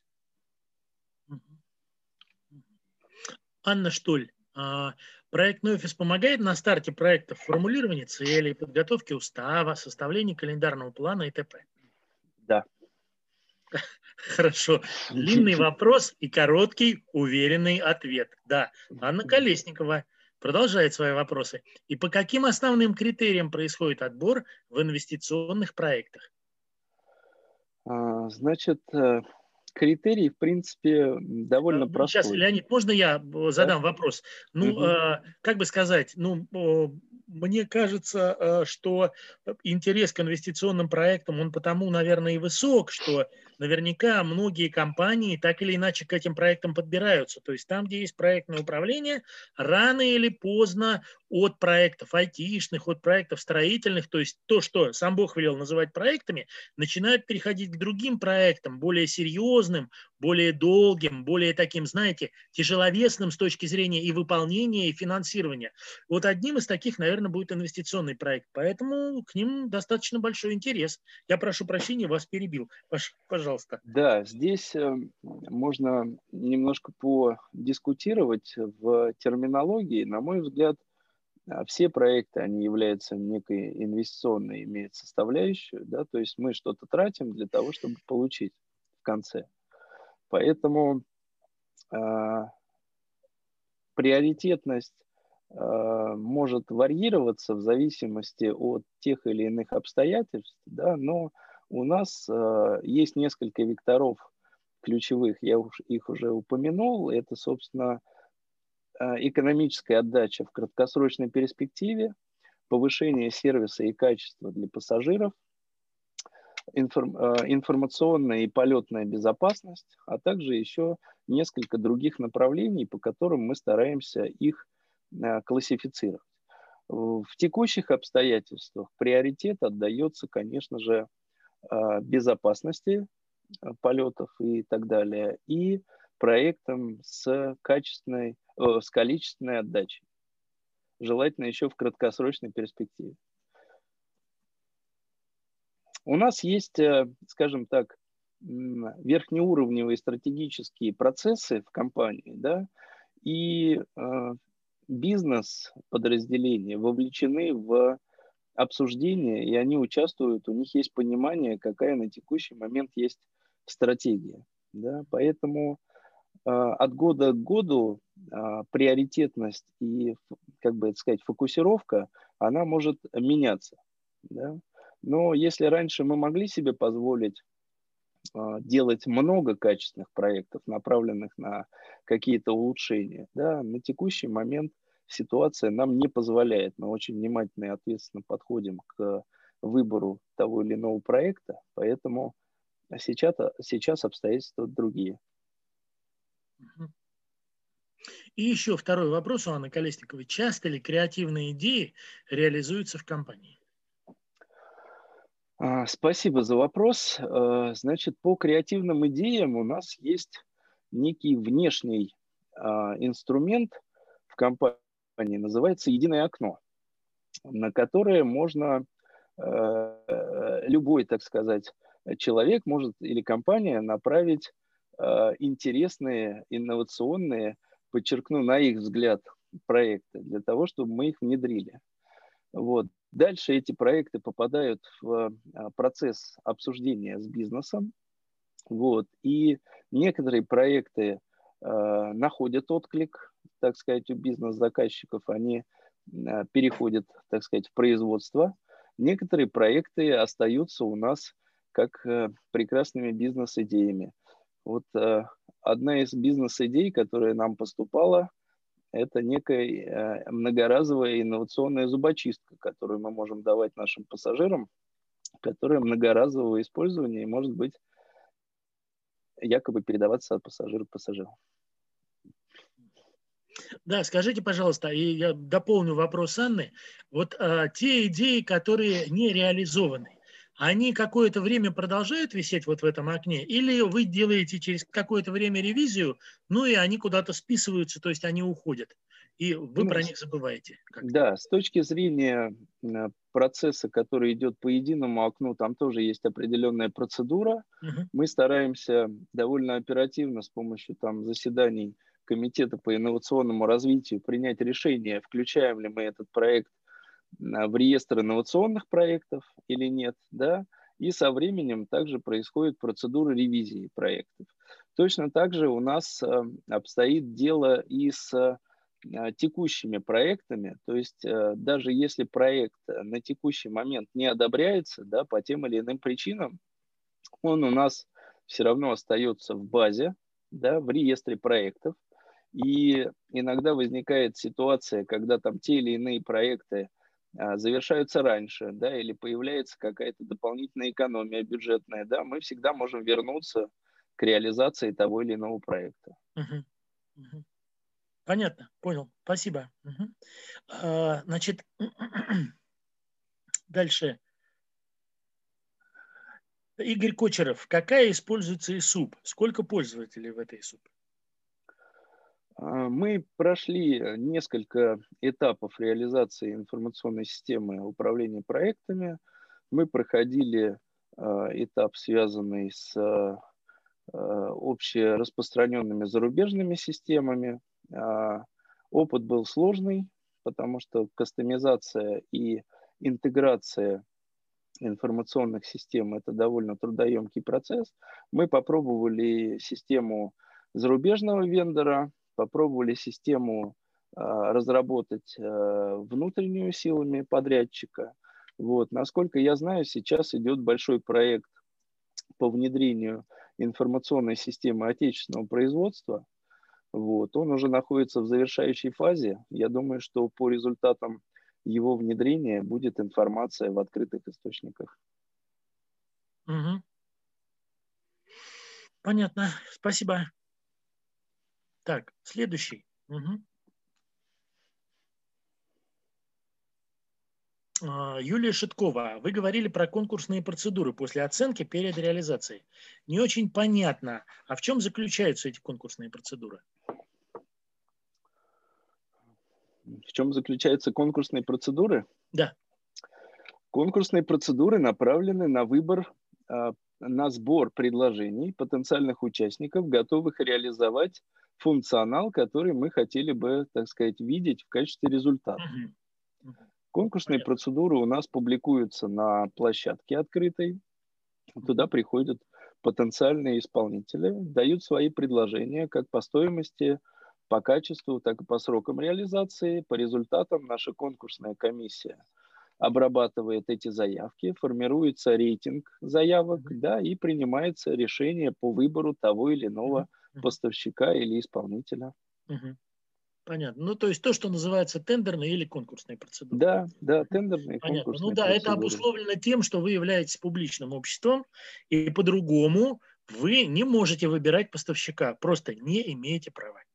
Анна Штоль, проектный офис помогает на старте проекта в формулировании целей, подготовке устава, составлении календарного плана и т.п. Да. Хорошо. Длинный вопрос и короткий, уверенный ответ. Да. Анна Колесникова продолжает свои вопросы. И по каким основным критериям происходит отбор в инвестиционных проектах? Значит, критерий, в принципе, довольно простой. Сейчас, Леонид, можно я задам да? вопрос? Ну, угу. э, как бы сказать, ну, э, мне кажется, э, что интерес к инвестиционным проектам, он потому, наверное, и высок, что наверняка многие компании так или иначе к этим проектам подбираются. То есть там, где есть проектное управление, рано или поздно от проектов айтишных, от проектов строительных, то есть то, что сам Бог велел называть проектами, начинают переходить к другим проектам, более серьезным, более долгим, более таким, знаете, тяжеловесным с точки зрения и выполнения, и финансирования. Вот одним из таких, наверное, будет инвестиционный проект. Поэтому к ним достаточно большой интерес. Я прошу прощения, вас перебил. Пожалуйста. Да, здесь можно немножко подискутировать в терминологии. На мой взгляд, все проекты, они являются некой инвестиционной, имеют составляющую, да, то есть мы что-то тратим для того, чтобы получить в конце. Поэтому э, приоритетность э, может варьироваться в зависимости от тех или иных обстоятельств, да, но у нас э, есть несколько векторов ключевых, я уж, их уже упомянул, это, собственно, экономическая отдача в краткосрочной перспективе, повышение сервиса и качества для пассажиров, информ, информационная и полетная безопасность, а также еще несколько других направлений, по которым мы стараемся их классифицировать. В текущих обстоятельствах приоритет отдается, конечно же, безопасности полетов и так далее, и проектам с качественной, с количественной отдачей, желательно еще в краткосрочной перспективе. У нас есть, скажем так, верхнеуровневые стратегические процессы в компании, да, и бизнес-подразделения вовлечены в обсуждение, и они участвуют, у них есть понимание, какая на текущий момент есть стратегия. Да? Поэтому э, от года к году э, приоритетность и, как бы это сказать, фокусировка, она может меняться. Да? Но если раньше мы могли себе позволить э, делать много качественных проектов, направленных на какие-то улучшения, да, на текущий момент ситуация нам не позволяет. Мы очень внимательно и ответственно подходим к выбору того или иного проекта, поэтому сейчас, сейчас обстоятельства другие. И еще второй вопрос у Анны Колесниковой. Часто ли креативные идеи реализуются в компании? А, Спасибо за вопрос. Э, Значит, по креативным идеям у нас есть некий внешний а, инструмент в компании, называется «Единое окно», на которое можно э, любой, так сказать, человек может или компания направить э, интересные, инновационные, подчеркну, на их взгляд, проекты для того, чтобы мы их внедрили. Вот. Дальше эти проекты попадают в а, процесс обсуждения с бизнесом. Вот. И некоторые проекты э, находят отклик, так сказать, у бизнес-заказчиков, они э, переходят, так сказать, в производство. Некоторые проекты остаются у нас как э, прекрасными бизнес-идеями. Вот э, одна из бизнес-идей, которая нам поступала, это некая э, многоразовая инновационная зубочистка, которую мы можем давать нашим пассажирам, которая многоразового использования и может быть якобы передаваться от пассажира к пассажиру. Да, скажите, пожалуйста, и я дополню вопрос Анны. Вот а, те идеи, которые не реализованы, они какое-то время продолжают висеть вот в этом окне? Или вы делаете через какое-то время ревизию, ну и они куда-то списываются, то есть они уходят, и вы Ну, про них забываете как-то? да, с точки зрения э, процесса, который идет по единому окну, там тоже есть определенная процедура. Мгм. Мы стараемся довольно оперативно с помощью там заседаний Комитета по инновационному развитию принять решение, включаем ли мы этот проект а, в реестр инновационных проектов или нет, да, и со временем также происходит процедура ревизии проектов. Точно так же у нас э, обстоит дело и с э, текущими проектами, то есть э, даже если проект на текущий момент не одобряется, да, по тем или иным причинам, он у нас все равно остается в базе, да, в реестре проектов. И иногда возникает ситуация, когда там те или иные проекты а, завершаются раньше, да, или появляется какая-то дополнительная экономия бюджетная, да, мы всегда можем вернуться к реализации того или иного проекта. Мгм. Мгм. Понятно, понял. Спасибо. Мгм. А, Значит, дальше. Игорь Кочеров. Какая используется ИСУП? Сколько пользователей в этой ИСУП? А, Мы прошли несколько этапов реализации информационной системы управления проектами. Мы проходили а, этап, связанный с а, общераспространенными зарубежными системами. А, Опыт был сложный, потому что кастомизация и интеграция информационных систем – это довольно трудоемкий процесс. Мы попробовали систему зарубежного вендора, попробовали систему а, разработать а, внутреннюю силами подрядчика. Вот. Насколько я знаю, сейчас идет большой проект по внедрению информационной системы отечественного производства. Вот. Он уже находится в завершающей фазе. Я думаю, что по результатам его внедрения будет информация в открытых источниках. Угу. Понятно. Спасибо. Так, следующий. Угу. Юлия Шиткова, вы говорили про конкурсные процедуры после оценки перед реализацией. Не очень понятно, а в чем заключаются эти конкурсные процедуры? В чем заключаются конкурсные процедуры? Да. Конкурсные процедуры направлены на выбор, а, на сбор предложений потенциальных участников, готовых реализовать функционал, который мы хотели бы, так сказать, видеть в качестве результата. Угу. Конкурсные Понятно. процедуры у нас публикуются на площадке открытой. Туда приходят потенциальные исполнители, дают свои предложения как по стоимости, по качеству, так и по срокам реализации. По результатам наша конкурсная комиссия обрабатывает эти заявки, формируется рейтинг заявок, mm-hmm. да, и принимается решение по выбору того или иного mm-hmm. поставщика или исполнителя. Mm-hmm. Понятно. Ну, то есть то, что называется тендерные или конкурсные процедуры. Да, да, тендерные, понятно. конкурсные Ну да, процедуры. это обусловлено тем, что вы являетесь публичным обществом, и по-другому вы не можете выбирать поставщика, просто не имеете права.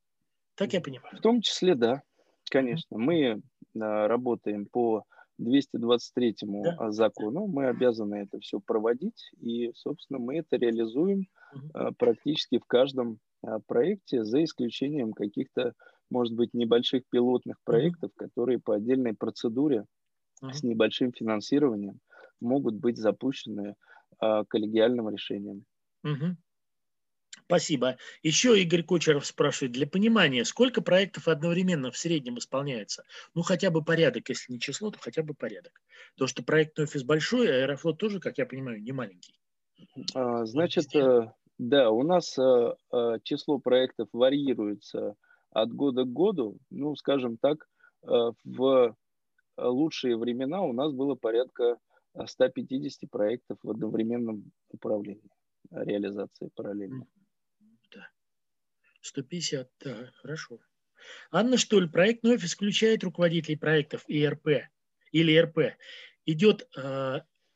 Так я понимаю. В том числе, да, конечно. Мы а, работаем по двести двадцать третьему Да. закону, мы обязаны это все проводить, и, собственно, мы это реализуем Мгм. а, практически в каждом а, проекте, за исключением каких-то, может быть, небольших пилотных Мгм. проектов, которые по отдельной процедуре с Мгм. небольшим финансированием могут быть запущены а, коллегиальным решением. Мгм. Спасибо. Еще Игорь Кучеров спрашивает, для понимания, сколько проектов одновременно в среднем исполняется? Ну, хотя бы порядок, если не число, то хотя бы порядок. То, что проектный офис большой, а Аэрофлот тоже, как я понимаю, не маленький. А, Он Значит, везде. э, да, у нас э, э, число проектов варьируется от года к году. Ну, скажем так, э, в лучшие времена у нас было порядка э, ста пятидесяти проектов в одновременном управлении, э, реализации параллельно. М, Да. сто пятьдесят, да, хорошо. Анна Штоль, проектный офис включает руководителей проектов и эр пэ или эр пэ. Идет э,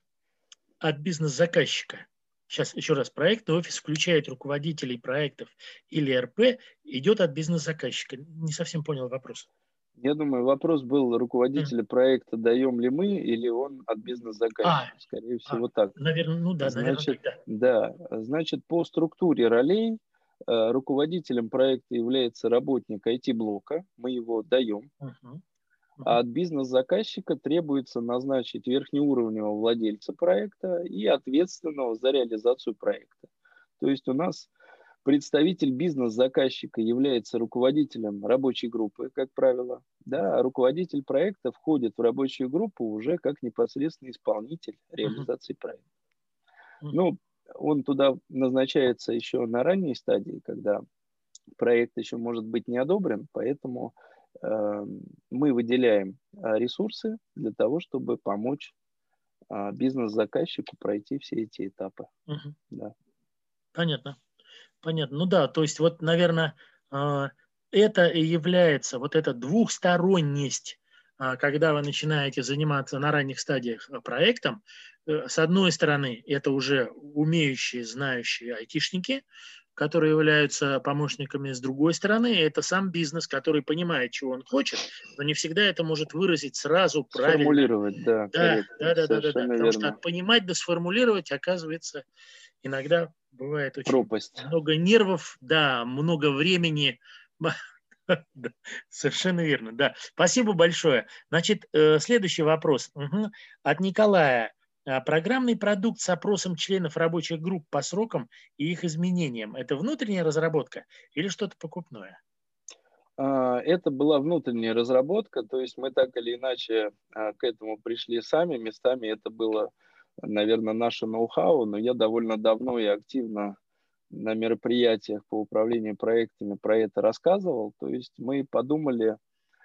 от бизнес-заказчика. Сейчас еще раз. Проектный офис включает руководителей проектов или эр пэ, идет от бизнес-заказчика. Не совсем понял вопрос. Я думаю, вопрос был М. руководителя проекта даем ли мы или он от А, бизнес-заказчика. Скорее а, всего так. наверное, ну да, наверное, Значит, тогда. да, значит, по структуре ролей э, руководителем проекта является работник ай ти-блока, мы его даем, Мгм, а мгм, от бизнес-заказчика требуется назначить верхнеуровневого владельца проекта и ответственного за реализацию проекта. То есть у нас представитель бизнес-заказчика является руководителем рабочей группы, как правило, да, а руководитель проекта входит в рабочую группу уже как непосредственный исполнитель мгм, реализации проекта. мгм, Ну, он туда назначается еще на ранней стадии, когда проект еще может быть не одобрен, поэтому э, мы выделяем э, ресурсы для того, чтобы помочь э, бизнес-заказчику пройти все эти этапы. мгм. Да. Понятно. Понятно. Ну да, то есть вот, наверное, а, это и является вот эта двухсторонность, а, когда вы начинаете заниматься на ранних стадиях а, проектом. Э, С одной стороны, это уже умеющие, знающие айтишники, которые являются помощниками. С другой стороны, это сам бизнес, который понимает, чего он хочет, но не всегда это может выразить сразу правильно. Сформулировать, да, Да, корректно, да, да, да, да, да. совершенно Потому что верно. от понимать до сформулировать, оказывается, иногда бывает очень Пропасть. много нервов, да, много времени. Да, совершенно верно, да. Спасибо большое. Значит, э, следующий вопрос. Мгм. От Николая. А, Программный продукт с опросом членов рабочих групп по срокам и их изменениям – это внутренняя разработка или что-то покупное? А, Это была внутренняя разработка, то есть мы так или иначе а, к этому пришли сами. Местами это было, наверное, наше ноу-хау, но я довольно давно и активно на мероприятиях по управлению проектами про это рассказывал. То есть мы подумали,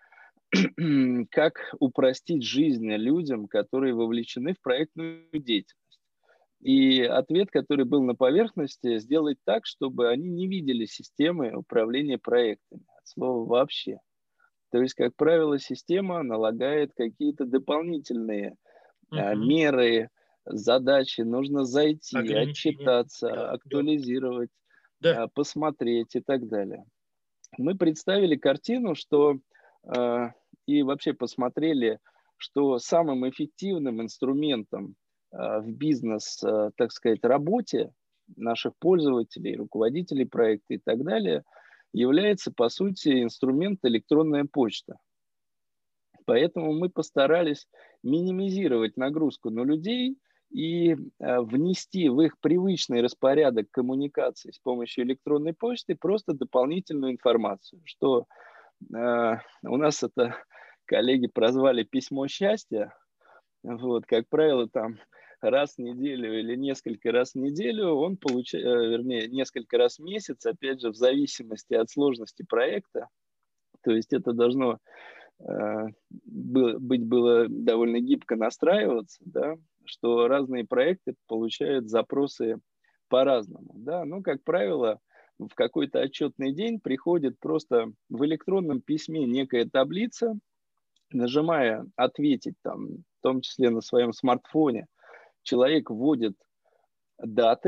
как упростить жизнь людям, которые вовлечены в проектную деятельность. И ответ, который был на поверхности, сделать так, чтобы они не видели системы управления проектами от слова вообще. То есть, как правило, система налагает какие-то дополнительные а, Мгм. меры, задачи. Нужно зайти, Ограничения. отчитаться, Да, да, актуализировать, да. а, посмотреть и так далее. Мы представили картину, что а, и вообще посмотрели, что самым эффективным инструментом а, в бизнес, а, так сказать, работе наших пользователей, руководителей проекта и так далее является, по сути, инструмент электронная почта. Поэтому мы постарались минимизировать нагрузку на людей и э, внести в их привычный распорядок коммуникации с помощью электронной почты просто дополнительную информацию, что э, у нас это коллеги прозвали письмо счастья. Вот, как правило, там раз в неделю или несколько раз в неделю он получает, вернее, несколько раз в месяц, опять же, в зависимости от сложности проекта. То есть это должно э, было, быть было довольно гибко настраиваться, да, что разные проекты получают запросы по-разному. Да. Ну, как правило, в какой-то отчетный день приходит просто в электронном письме некая таблица, нажимая «Ответить», там, в том числе на своем смартфоне, человек вводит даты,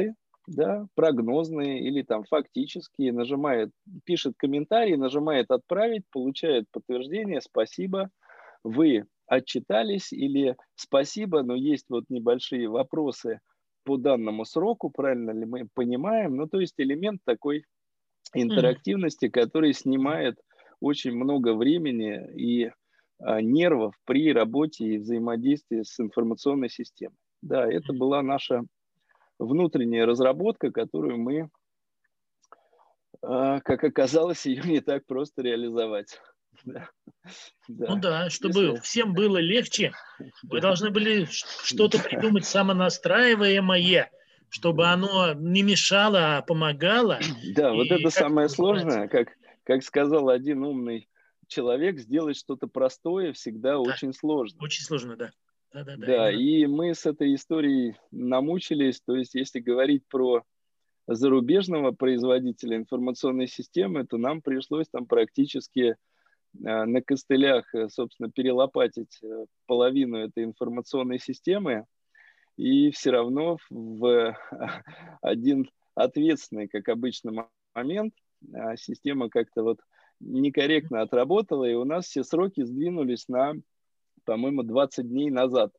да, прогнозные или там фактические, нажимает, пишет комментарий, нажимает «Отправить», получает подтверждение, спасибо, вы отчитались, или спасибо, но есть вот небольшие вопросы по данному сроку, правильно ли мы понимаем, ну то есть элемент такой интерактивности, который снимает очень много времени и а, нервов при работе и взаимодействии с информационной системой. Да, это была наша внутренняя разработка, которую мы, а, как оказалось, ее не так просто реализовать. Да. Ну Да. да, чтобы Если... всем было легче, вы должны были что-то придумать самонастраиваемое, чтобы оно не мешало, а помогало. Да, вот И это как самое это называется? сложное, как, как сказал один умный человек, сделать что-то простое всегда Да, очень сложно. очень сложно, да. Да, да, да, Да, именно. и мы с этой историей намучились. То есть, если говорить про зарубежного производителя информационной системы, то нам пришлось там практически а, на костылях, э, собственно, перелопатить э, половину этой информационной системы, и все равно в один ответственный, как обычно, момент а, система как-то вот некорректно отработала, и у нас все сроки сдвинулись на, по-моему, двадцать дней назад.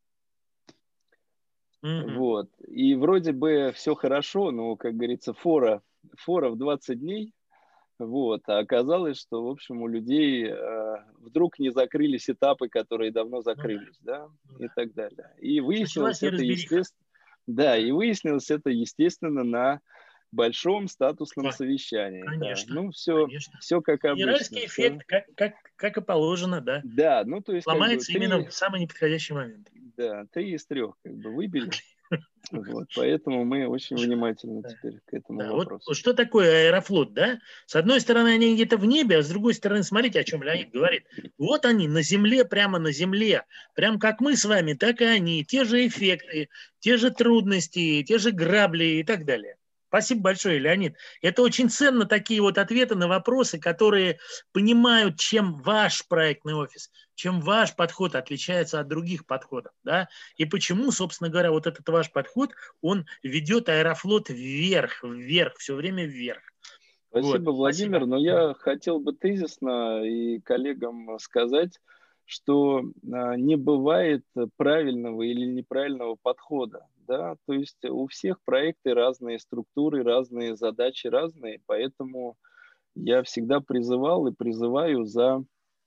Мгм. Вот. И вроде бы все хорошо, но, как говорится, фора, фора в двадцать дней. Вот. А оказалось, что, в общем, у людей э, вдруг не закрылись этапы, которые давно Ну да, закрылись, да, ну и да. так далее. И Началась выяснилось это, неразбериха. естественно, да, Да. и выяснилось это, естественно, на большом статусном Ко- совещании, да. Конечно, Ну, все, конечно. все как обычно, Генеральский все. эффект, как, как, как и положено, да. Да, ну, то есть, как бы, Ломается именно три, в самый неподходящий момент. да, три из трех, как бы, выбили. Вот, поэтому мы очень внимательны Да. теперь к этому Да, вот, вопросу. вот что такое Аэрофлот, да? С одной стороны, они где-то в небе, а с другой стороны, смотрите, о чем Леонид говорит. Вот они на земле, прямо на земле. Прям как мы с вами, так и они. Те же эффекты, те же трудности, те же грабли и так далее. Спасибо большое, Леонид. Это очень ценно, такие вот ответы на вопросы, которые понимают, чем ваш проектный офис, чем ваш подход отличается от других подходов. Да? И почему, собственно говоря, вот этот ваш подход, он ведет Аэрофлот вверх, вверх, все время вверх. Спасибо, Вот, Владимир. спасибо. Но я хотел бы тезисно и коллегам сказать, что а, не бывает правильного или неправильного подхода. Да? То есть у всех проекты разные, структуры разные, задачи разные, поэтому я всегда призывал и призываю за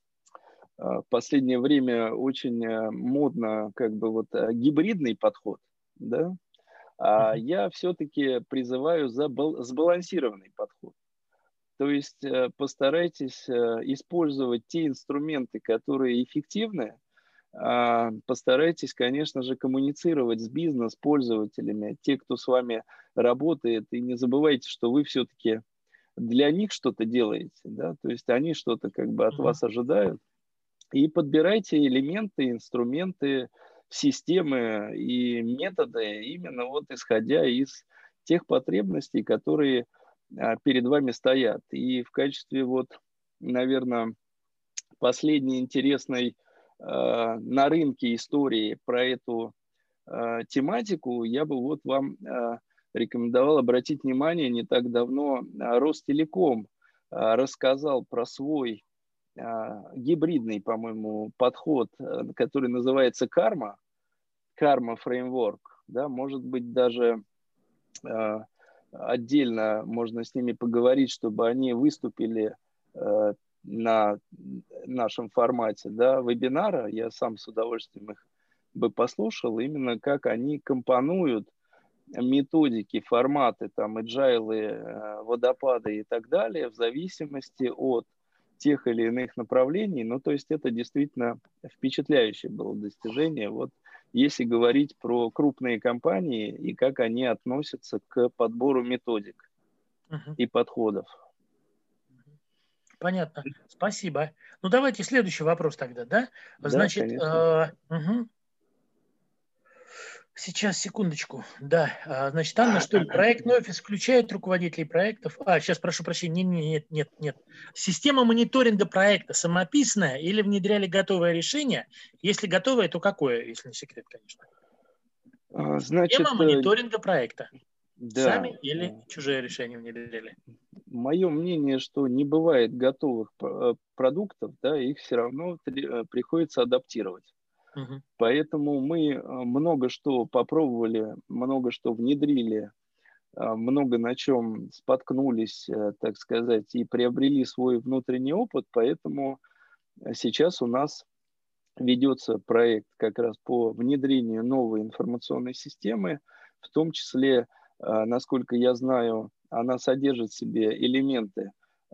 а, в последнее время очень а, модно как бы вот а, гибридный подход, да? А Мгм. я все-таки призываю за бал- сбалансированный подход. То есть э, постарайтесь э, использовать те инструменты, которые эффективны. А, Постарайтесь, конечно же, коммуницировать с бизнес-пользователями, те, кто с вами работает, и не забывайте, что вы все-таки для них что-то делаете, да, то есть они что-то как бы от Мгм. вас ожидают. И подбирайте элементы, инструменты, системы и методы именно вот исходя из тех потребностей, которые а, перед вами стоят. И в качестве вот, наверное, последней интересной а, на рынке истории про эту а, тематику, я бы вот вам а, рекомендовал обратить внимание, не так давно а, Ростелеком а, рассказал про свой а, гибридный, по-моему, подход, а, который называется карма, карма фреймворк, да, может быть, даже а, отдельно можно с ними поговорить, чтобы они выступили э, на нашем формате, да, вебинара. Я сам с удовольствием их бы послушал, именно как они компонуют методики, форматы, там, agile, э, водопады и так далее, в зависимости от тех или иных направлений. Ну, то есть это действительно впечатляющее было достижение. Вот если говорить про крупные компании и как они относятся к подбору методик Мгм. и подходов. Понятно. Спасибо. Ну, давайте следующий вопрос тогда, да? Да, Значит, конечно. э, мгм. Сейчас, секундочку. Да, а, значит, Анна, что ли, проектный офис включает руководителей проектов? А, сейчас, прошу прощения, не, не, нет, нет, нет. Система мониторинга проекта самописная или внедряли готовое решение? Если готовое, то какое, если не секрет, конечно? А, Система Значит, э, мониторинга проекта. Да, Сами или чужие решения внедрили? мое мнение, что не бывает готовых п- э, продуктов, да, их все равно три- э, приходится адаптировать. Мгм. Поэтому мы э, много что попробовали, много что внедрили, э, много на чем споткнулись, э, так сказать, и приобрели свой внутренний опыт. Поэтому э, сейчас у нас ведется проект как раз по внедрению новой информационной системы, в том числе, а, насколько я знаю, она содержит в себе элементы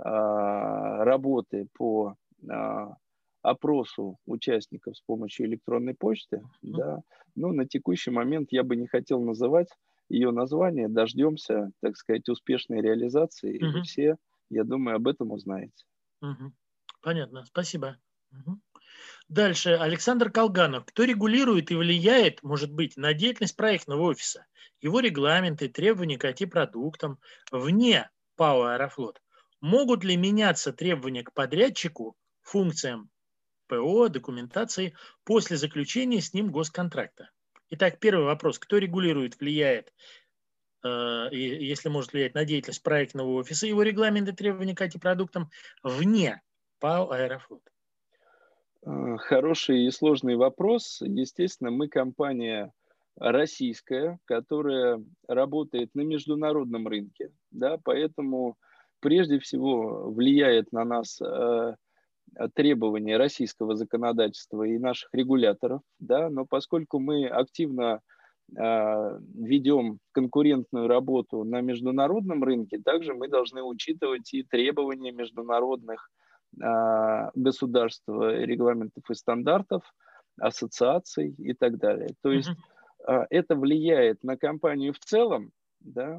а, работы по а, опросу участников с помощью электронной почты. Мгм. Да. Но на текущий момент я бы не хотел называть ее название. Дождемся, так сказать, успешной реализации, и вы Мгм. все, я думаю, об этом узнаете. Мгм. Понятно, спасибо. Мгм. Дальше. Александр Колганов. Кто регулирует и влияет, может быть, на деятельность проектного офиса, его регламенты, требования к I T-продуктам вне ПАО «Аэрофлот»? Могут ли меняться требования к подрядчику, функциям ПО, документации после заключения с ним госконтракта? Итак, первый вопрос. Кто регулирует, влияет, э, и, если может влиять на деятельность проектного офиса, его регламенты, требования к I T-продуктам вне ПАО «Аэрофлот»? Э, Хороший и сложный вопрос. Естественно, мы компания российская, которая работает на международном рынке, да, поэтому прежде всего влияет на нас э, требования российского законодательства и наших регуляторов, да, но поскольку мы активно э, ведем конкурентную работу на международном рынке, также мы должны учитывать и требования международных э, государств, регламентов и стандартов, ассоциаций и так далее. То есть Мгм. э, это влияет на компанию в целом, да,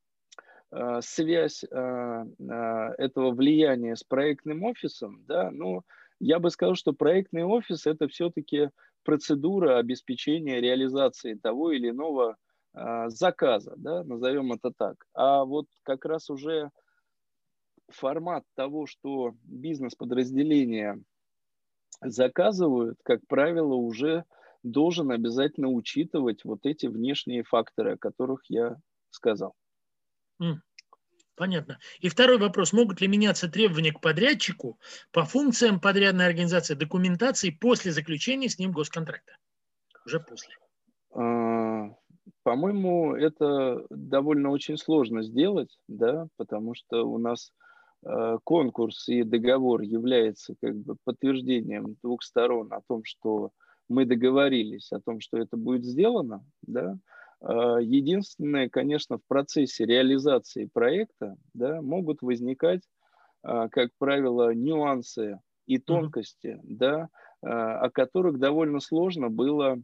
э, связь э, э, этого влияния с проектным офисом, да, ну, я бы сказал, что проектный офис это все-таки процедура обеспечения реализации того или иного э, заказа, да, назовем это так. А вот как раз уже формат того, что бизнес-подразделения заказывают, как правило, уже должен обязательно учитывать вот эти внешние факторы, о которых я сказал. М, Понятно. И второй вопрос. Могут ли меняться требования к подрядчику по функциям подрядной организации документации после заключения с ним госконтракта? Уже после. А, По-моему, это довольно очень сложно сделать, да, потому что у нас э, конкурс и договор является как бы подтверждением двух сторон о том, что мы договорились о том, что это будет сделано, да. А, Единственное, конечно, в процессе реализации проекта, да, могут возникать, а, как правило, нюансы и Мгм. тонкости, да, а, о которых довольно сложно было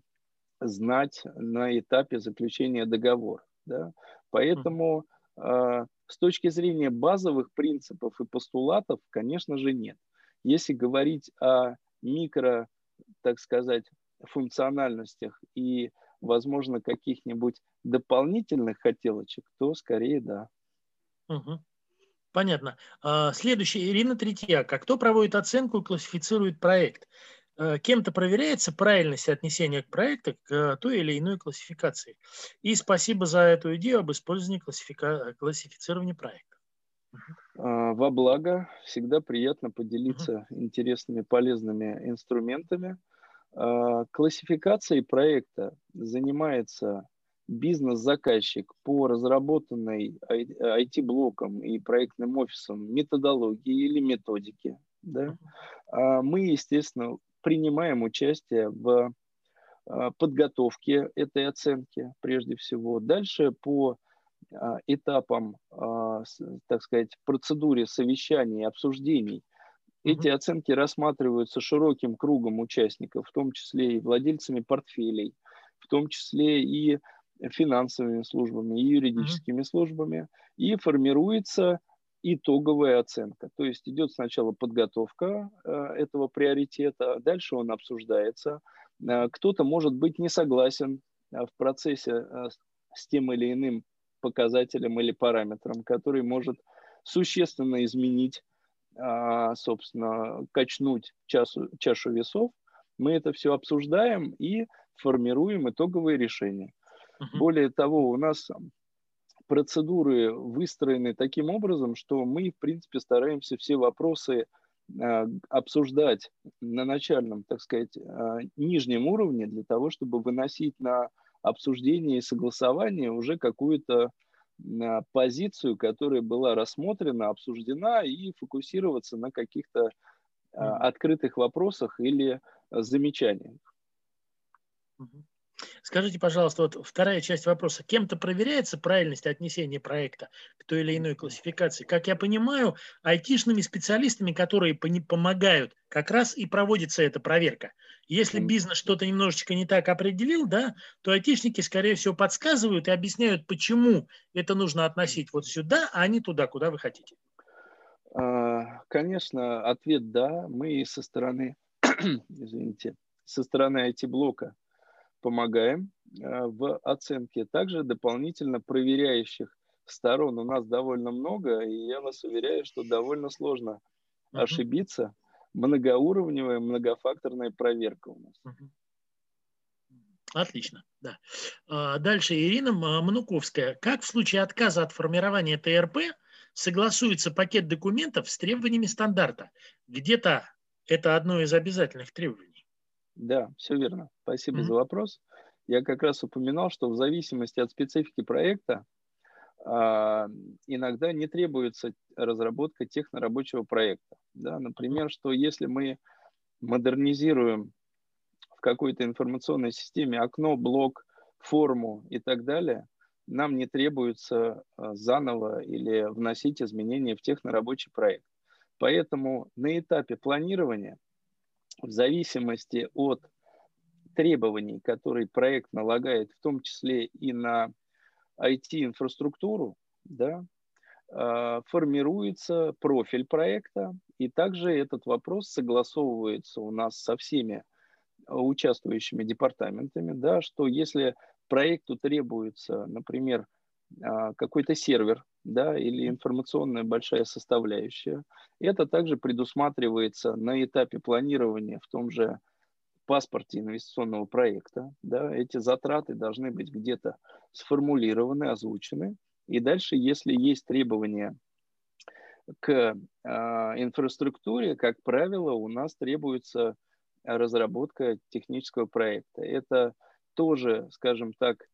знать на этапе заключения договора. Да? Мгм. Поэтому э, с точки зрения базовых принципов и постулатов, конечно же, нет. Если говорить о микро, так сказать, функциональностях и, возможно, каких-нибудь дополнительных хотелочек, то скорее да. Мгм. Понятно. А, Следующий. Ирина Третьяк. А кто проводит оценку и классифицирует проект? Э, Кем-то проверяется правильность отнесения к проекту к э, той или иной классификации. И спасибо за эту идею об использовании классифика... классифицирования проекта. Мгм. А, Во благо, всегда приятно Мгм. поделиться интересными, полезными инструментами. А, Классификацией проекта занимается бизнес-заказчик по разработанной ай ти-блоком и проектным офисом методологии или методики. Да? Мгм. А Мы, естественно, принимаем участие в а, подготовке этой оценки прежде всего. Дальше по а, этапам, а, с- так сказать, процедуре совещаний и обсуждений эти Мгм. оценки рассматриваются широким кругом участников, в том числе и владельцами портфелей, в том числе и финансовыми службами, и Мгм. юридическими службами, и формируется итоговая оценка. То есть идет сначала подготовка э, этого приоритета, дальше он обсуждается. Э, кто-то может быть не согласен э, в процессе э, с с тем или иным показателем или параметром, который может существенно изменить, а, собственно, качнуть чашу, чашу весов, мы это все обсуждаем и формируем итоговые решения. Мгм. Более того, у нас процедуры выстроены таким образом, что мы, в принципе, стараемся все вопросы а, обсуждать на начальном, так сказать, а, нижнем уровне для того, чтобы выносить на обсуждение и согласование уже какую-то а, позицию, которая была рассмотрена, обсуждена, и фокусироваться на каких-то а, Мгм. открытых вопросах или а, замечаниях. Мгм. Скажите, пожалуйста, вот вторая часть вопроса. Кем-то проверяется правильность отнесения проекта к той или иной классификации? Как я понимаю, айтишными специалистами, которые пони- помогают, как раз и проводится эта проверка. Если М, бизнес что-то немножечко не так определил, да, то айтишники, скорее всего, подсказывают и объясняют, почему это нужно относить вот сюда, а не туда, куда вы хотите. а, Конечно, ответ да. Мы со стороны, извините, со стороны ай ти-блока помогаем а, в оценке. Также дополнительно проверяющих сторон у нас довольно много, и я вас уверяю, что довольно сложно Мгм. ошибиться. Многоуровневая, многофакторная проверка у нас. Мгм. Отлично, да. А, Дальше Ирина М- Мануковская. Как в случае отказа от формирования Т Р П согласуется пакет документов с требованиями стандарта? Где-то это одно из обязательных требований. Да, все верно. Спасибо Мгм. за вопрос. Я как раз упоминал, что в зависимости от специфики проекта а, иногда не требуется разработка технорабочего проекта. Да, Мгм. например, что если мы модернизируем в какой-то информационной системе окно, блок, форму и так далее, нам не требуется а, заново или вносить изменения в технорабочий проект. Поэтому на этапе планирования, в зависимости от требований, которые проект налагает, в том числе и на ай ти-инфраструктуру, да, а, формируется профиль проекта, и также этот вопрос согласовывается у нас со всеми а, участвующими департаментами, да, что если проекту требуется, например, а, какой-то сервер, да, или информационная большая составляющая, это также предусматривается на этапе планирования в том же паспорте инвестиционного проекта. Да, эти затраты должны быть где-то сформулированы, озвучены. И дальше, если есть требования к а, инфраструктуре, как правило, у нас требуется разработка технического проекта. Это тоже, скажем так,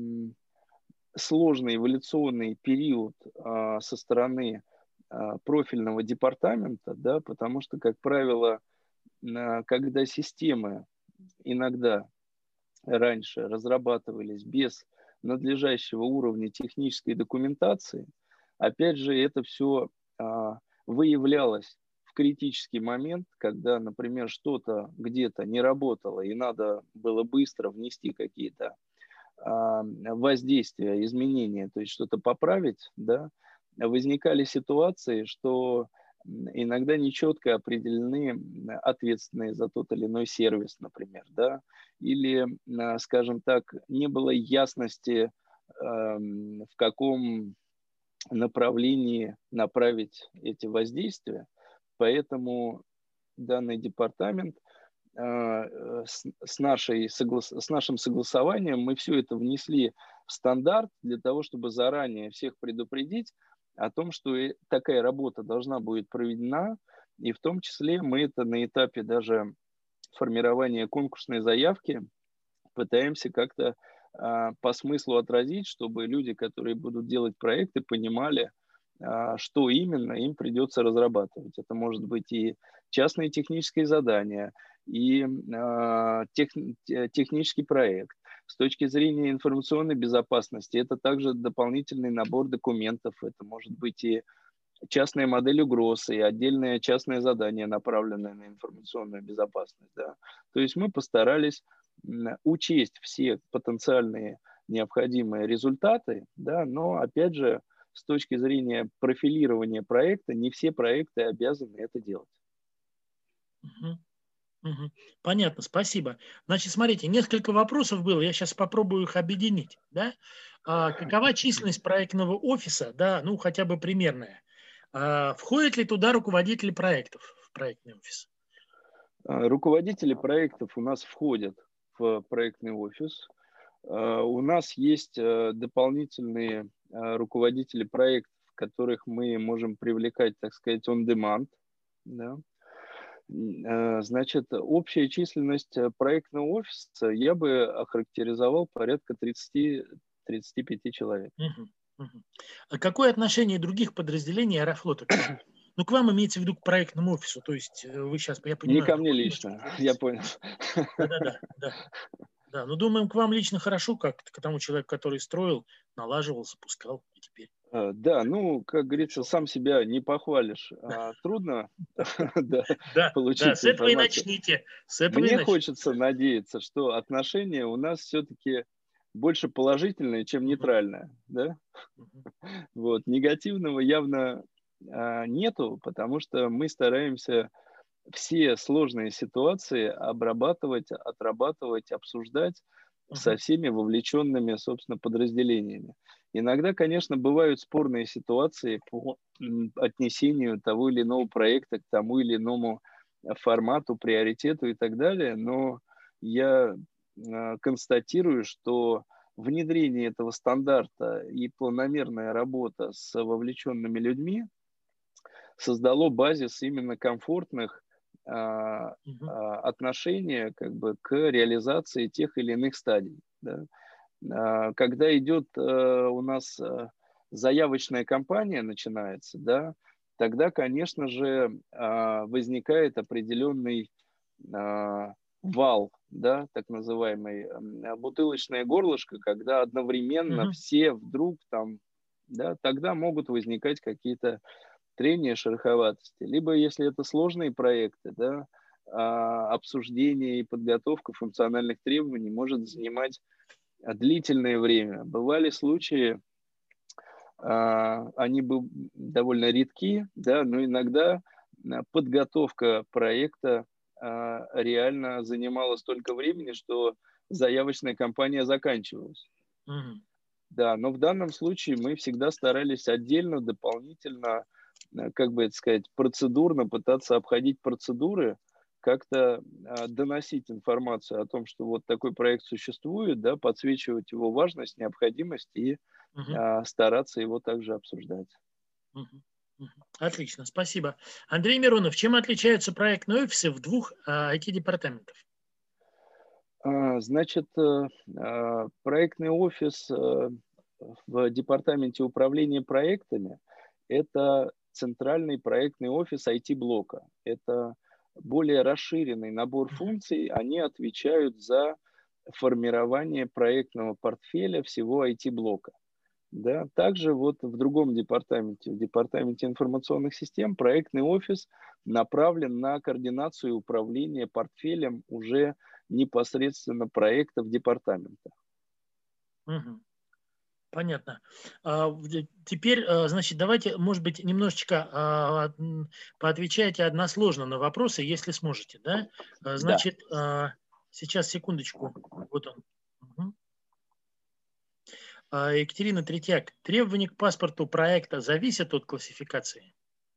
сложный эволюционный период а, со стороны а, профильного департамента, да, потому что, как правило, на- когда системы иногда раньше разрабатывались без надлежащего уровня технической документации, опять же, это все а, выявлялось в критический момент, когда, например, что-то где-то не работало, и надо было быстро внести какие-то а, воздействия, изменения, то есть что-то поправить, да, возникали ситуации, что иногда нечетко определены ответственные за тот или иной сервис, например, да, или, а, скажем так, не было ясности, ам, в каком направлении направить эти воздействия, поэтому данный департамент а, э, с, с, нашей, соглас, с нашим согласованием мы все это внесли в стандарт для того, чтобы заранее всех предупредить о том, что и такая работа должна будет проведена, и в том числе мы это на этапе даже формирования конкурсной заявки пытаемся как-то а, по смыслу отразить, чтобы люди, которые будут делать проекты, понимали, а, что именно им придется разрабатывать. Это может быть и частные технические задания, и а, тех, технический проект. С точки зрения информационной безопасности, это также дополнительный набор документов, это может быть и частная модель угрозы и отдельное частное задание, направленное на информационную безопасность. Да. То есть мы постарались учесть все потенциальные необходимые результаты, да, но опять же, с точки зрения профилирования проекта, не все проекты обязаны это делать. Мгм. Мгм. Понятно, спасибо. Значит, смотрите, несколько вопросов было, я сейчас попробую их объединить. Да? А, какова численность проектного офиса, да, ну хотя бы примерная? А, входят ли туда руководители проектов в проектный офис? А, Руководители проектов у нас входят в проектный офис. А, У нас есть э, дополнительные руководители проектов, которых мы можем привлекать, так сказать, on demand. Да. Значит, общая численность проектного офиса я бы охарактеризовал порядка тридцати-тридцати пяти человек. Угу, угу. А какое отношение других подразделений Аэрофлота к вам? Ну, к вам имеется в виду к проектному офису, то есть вы сейчас, я понимаю... Не ко мне лично, я понял. Да-да-да, да. Да, ну, думаем, к вам лично хорошо, как к тому человеку, который строил, налаживал, запускал, и теперь... Да, ну, как говорится, сам себя не похвалишь. А трудно получить с этого и информацию. начните. Мне хочется надеяться, что отношение у нас все-таки больше положительное, чем нейтральное. Да? Вот. Негативного явно а, нету, потому что мы стараемся все сложные ситуации обрабатывать, отрабатывать, обсуждать со всеми вовлеченными, собственно, подразделениями. Иногда, конечно, бывают спорные ситуации по отнесению того или иного проекта к тому или иному формату, приоритету и так далее, но я э, констатирую, что внедрение этого стандарта и планомерная работа с вовлеченными людьми создало базис именно комфортных а, а, отношений как бы, к реализации тех или иных стадий. Да. А, когда идет а, у нас а, заявочная кампания начинается, да, тогда, конечно же, а, возникает определенный а, вал, да, так называемый а, бутылочное горлышко, когда одновременно все вдруг там, да, тогда могут возникать какие-то трения, шероховатости. Либо, если это сложные проекты, да, обсуждение и подготовка функциональных требований может занимать длительное время. Бывали случаи, они были довольно редки, да, но иногда подготовка проекта реально занимала столько времени, что заявочная кампания заканчивалась. Mm-hmm. Да, но в данном случае мы всегда старались отдельно, дополнительно, как бы это сказать, процедурно пытаться обходить процедуры, как-то а, доносить информацию о том, что вот такой проект существует, да, подсвечивать его важность, необходимость и угу. а, стараться его также обсуждать. Угу. Отлично, спасибо. Андрей Миронов, чем отличаются проектные офисы в двух а, ай ти-департаментах? А, значит, а, проектный офис а, в департаменте управления проектами – это центральный проектный офис ай ти-блока. Это более расширенный набор функций, они отвечают за формирование проектного портфеля всего ай ти-блока. Да? Также вот в другом департаменте, в департаменте информационных систем, проектный офис направлен на координацию и управление портфелем уже непосредственно проектов департамента. Угу. Понятно. Теперь, значит, давайте, может быть, немножечко поотвечайте односложно на вопросы, если сможете, да? Значит, да. Сейчас, секундочку. Вот он. Угу. Екатерина Третьяк. Требования к паспорту проекта зависят от классификации?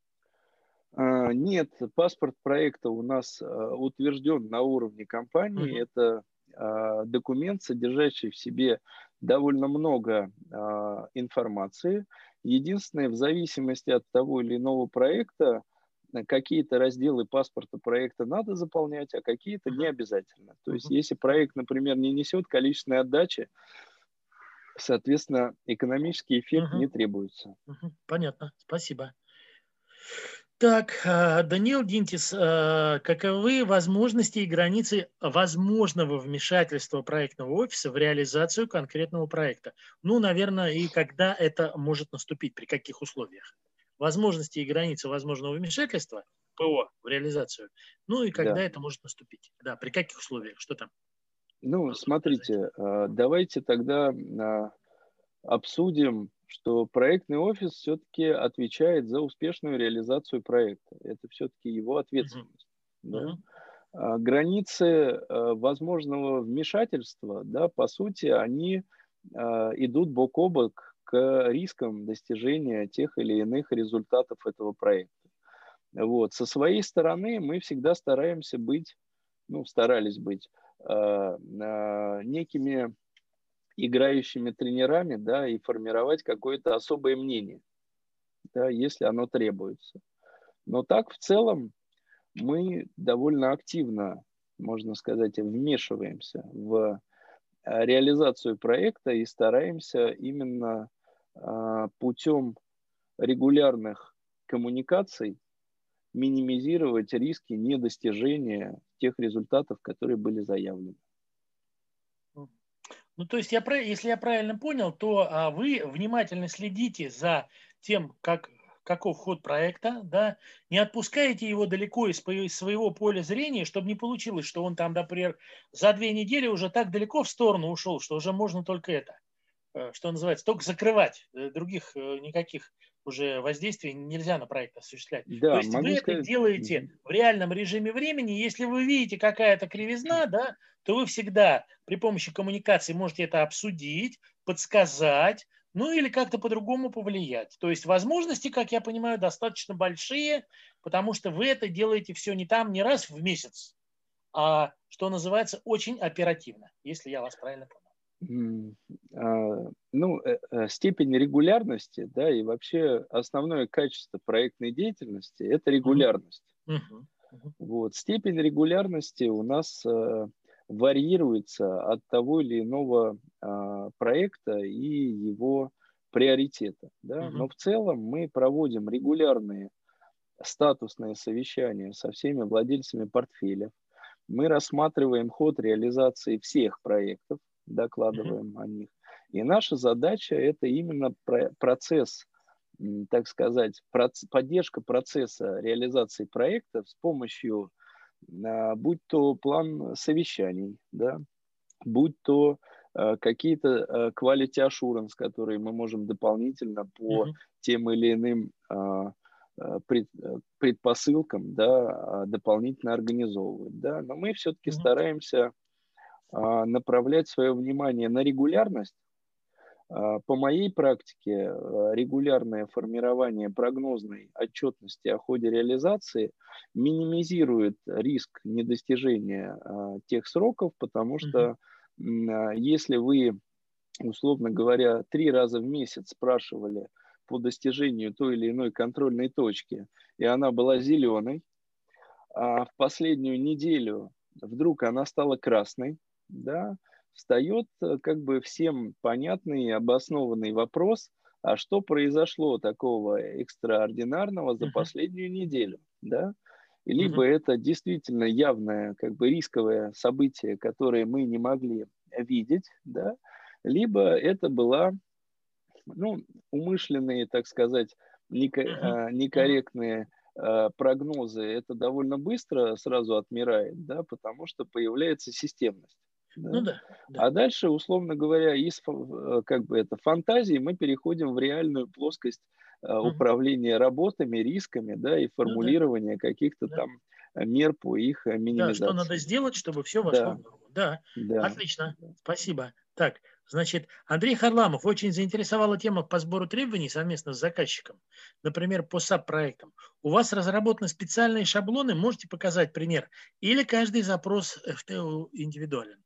Нет, паспорт проекта у нас утвержден на уровне компании. Угу. Это документ, содержащий в себе довольно много а, информации. Единственное, в зависимости от того или иного проекта, какие-то разделы паспорта проекта надо заполнять, а какие-то не обязательно. То есть, если проект, например, не несет количественной отдачи, соответственно, экономический эффект uh-huh. не требуется. Uh-huh. Понятно, спасибо. Так, Даниил Гинтис, каковы возможности и границы возможного вмешательства проектного офиса в реализацию конкретного проекта? Ну, наверное, и когда это может наступить, при каких условиях? Возможности и границы возможного вмешательства ПО в реализацию, ну и когда да. это может наступить? Да, при каких условиях? Что там? Ну, смотрите, давайте тогда обсудим, что проектный офис все-таки отвечает за успешную реализацию проекта. Это все-таки его ответственность. Uh-huh. Да? Uh-huh. Границы возможного вмешательства, да, по сути, они идут бок о бок к рискам достижения тех или иных результатов этого проекта. Вот. Со своей стороны мы всегда стараемся быть, ну, старались быть некими играющими тренерами, да, и формировать какое-то особое мнение, да, если оно требуется. Но так в целом мы довольно активно, можно сказать, вмешиваемся в реализацию проекта и стараемся именно а, путем регулярных коммуникаций минимизировать риски недостижения тех результатов, которые были заявлены. Ну, то есть, я, если я правильно понял, то а, вы внимательно следите за тем, как, каков ход проекта, да, не отпускаете его далеко из, из своего поля зрения, чтобы не получилось, что он там, например, за две недели уже так далеко в сторону ушел, что уже можно только это, что называется, только закрывать, других никаких уже воздействий нельзя на проект осуществлять. Да, То есть могу вы это сказать... делаете в реальном режиме времени. Если вы видите какая-то кривизна, да, то вы всегда при помощи коммуникации можете это обсудить, подсказать, ну или как-то по-другому повлиять. То есть возможности, как я понимаю, достаточно большие, потому что вы это делаете все не там, не раз в месяц, а, что называется, очень оперативно, если я вас правильно понял. Ну, степень регулярности, да, и вообще основное качество проектной деятельности – это регулярность. Uh-huh. Uh-huh. Вот. Степень регулярности у нас варьируется от того или иного проекта и его приоритета. Да? Uh-huh. Но в целом мы проводим регулярные статусные совещания со всеми владельцами портфеля. Мы рассматриваем ход реализации всех проектов, докладываем uh-huh. о них. И наша задача – это именно процесс, так сказать, поддержка процесса реализации проектов с помощью, будь то план совещаний, да, будь то какие-то quality assurance, которые мы можем дополнительно по uh-huh. тем или иным предпосылкам, да, дополнительно организовывать. Да. Но мы все-таки uh-huh. стараемся направлять свое внимание на регулярность. По моей практике регулярное формирование прогнозной отчетности о ходе реализации минимизирует риск недостижения тех сроков, потому что uh-huh. если вы, условно говоря, три раза в месяц спрашивали по достижению той или иной контрольной точки, и она была зеленой, а в последнюю неделю вдруг она стала красной, да, встает как бы всем понятный и обоснованный вопрос, а что произошло такого экстраординарного за uh-huh. последнюю неделю, да? Либо uh-huh. это действительно явное как бы рисковое событие, которое мы не могли видеть, да? Либо это была, ну, умышленные, так сказать, неко- uh-huh. некорректные прогнозы. Это довольно быстро сразу отмирает, да, потому что появляется системность. Да? Ну, да, да. А дальше, условно говоря, из как бы это фантазии мы переходим в реальную плоскость uh-huh. управления работами, рисками, да, и формулирования ну, да. каких-то да. там мер по их минимизации. Да, что надо сделать, чтобы все вошло да. в норму. Да. да, отлично, спасибо. Так, значит, Андрей Харламов, очень заинтересовала тема по сбору требований совместно с заказчиком, например, по саб-проектам. У вас разработаны специальные шаблоны, можете показать пример? Или каждый запрос эф тэ у индивидуален?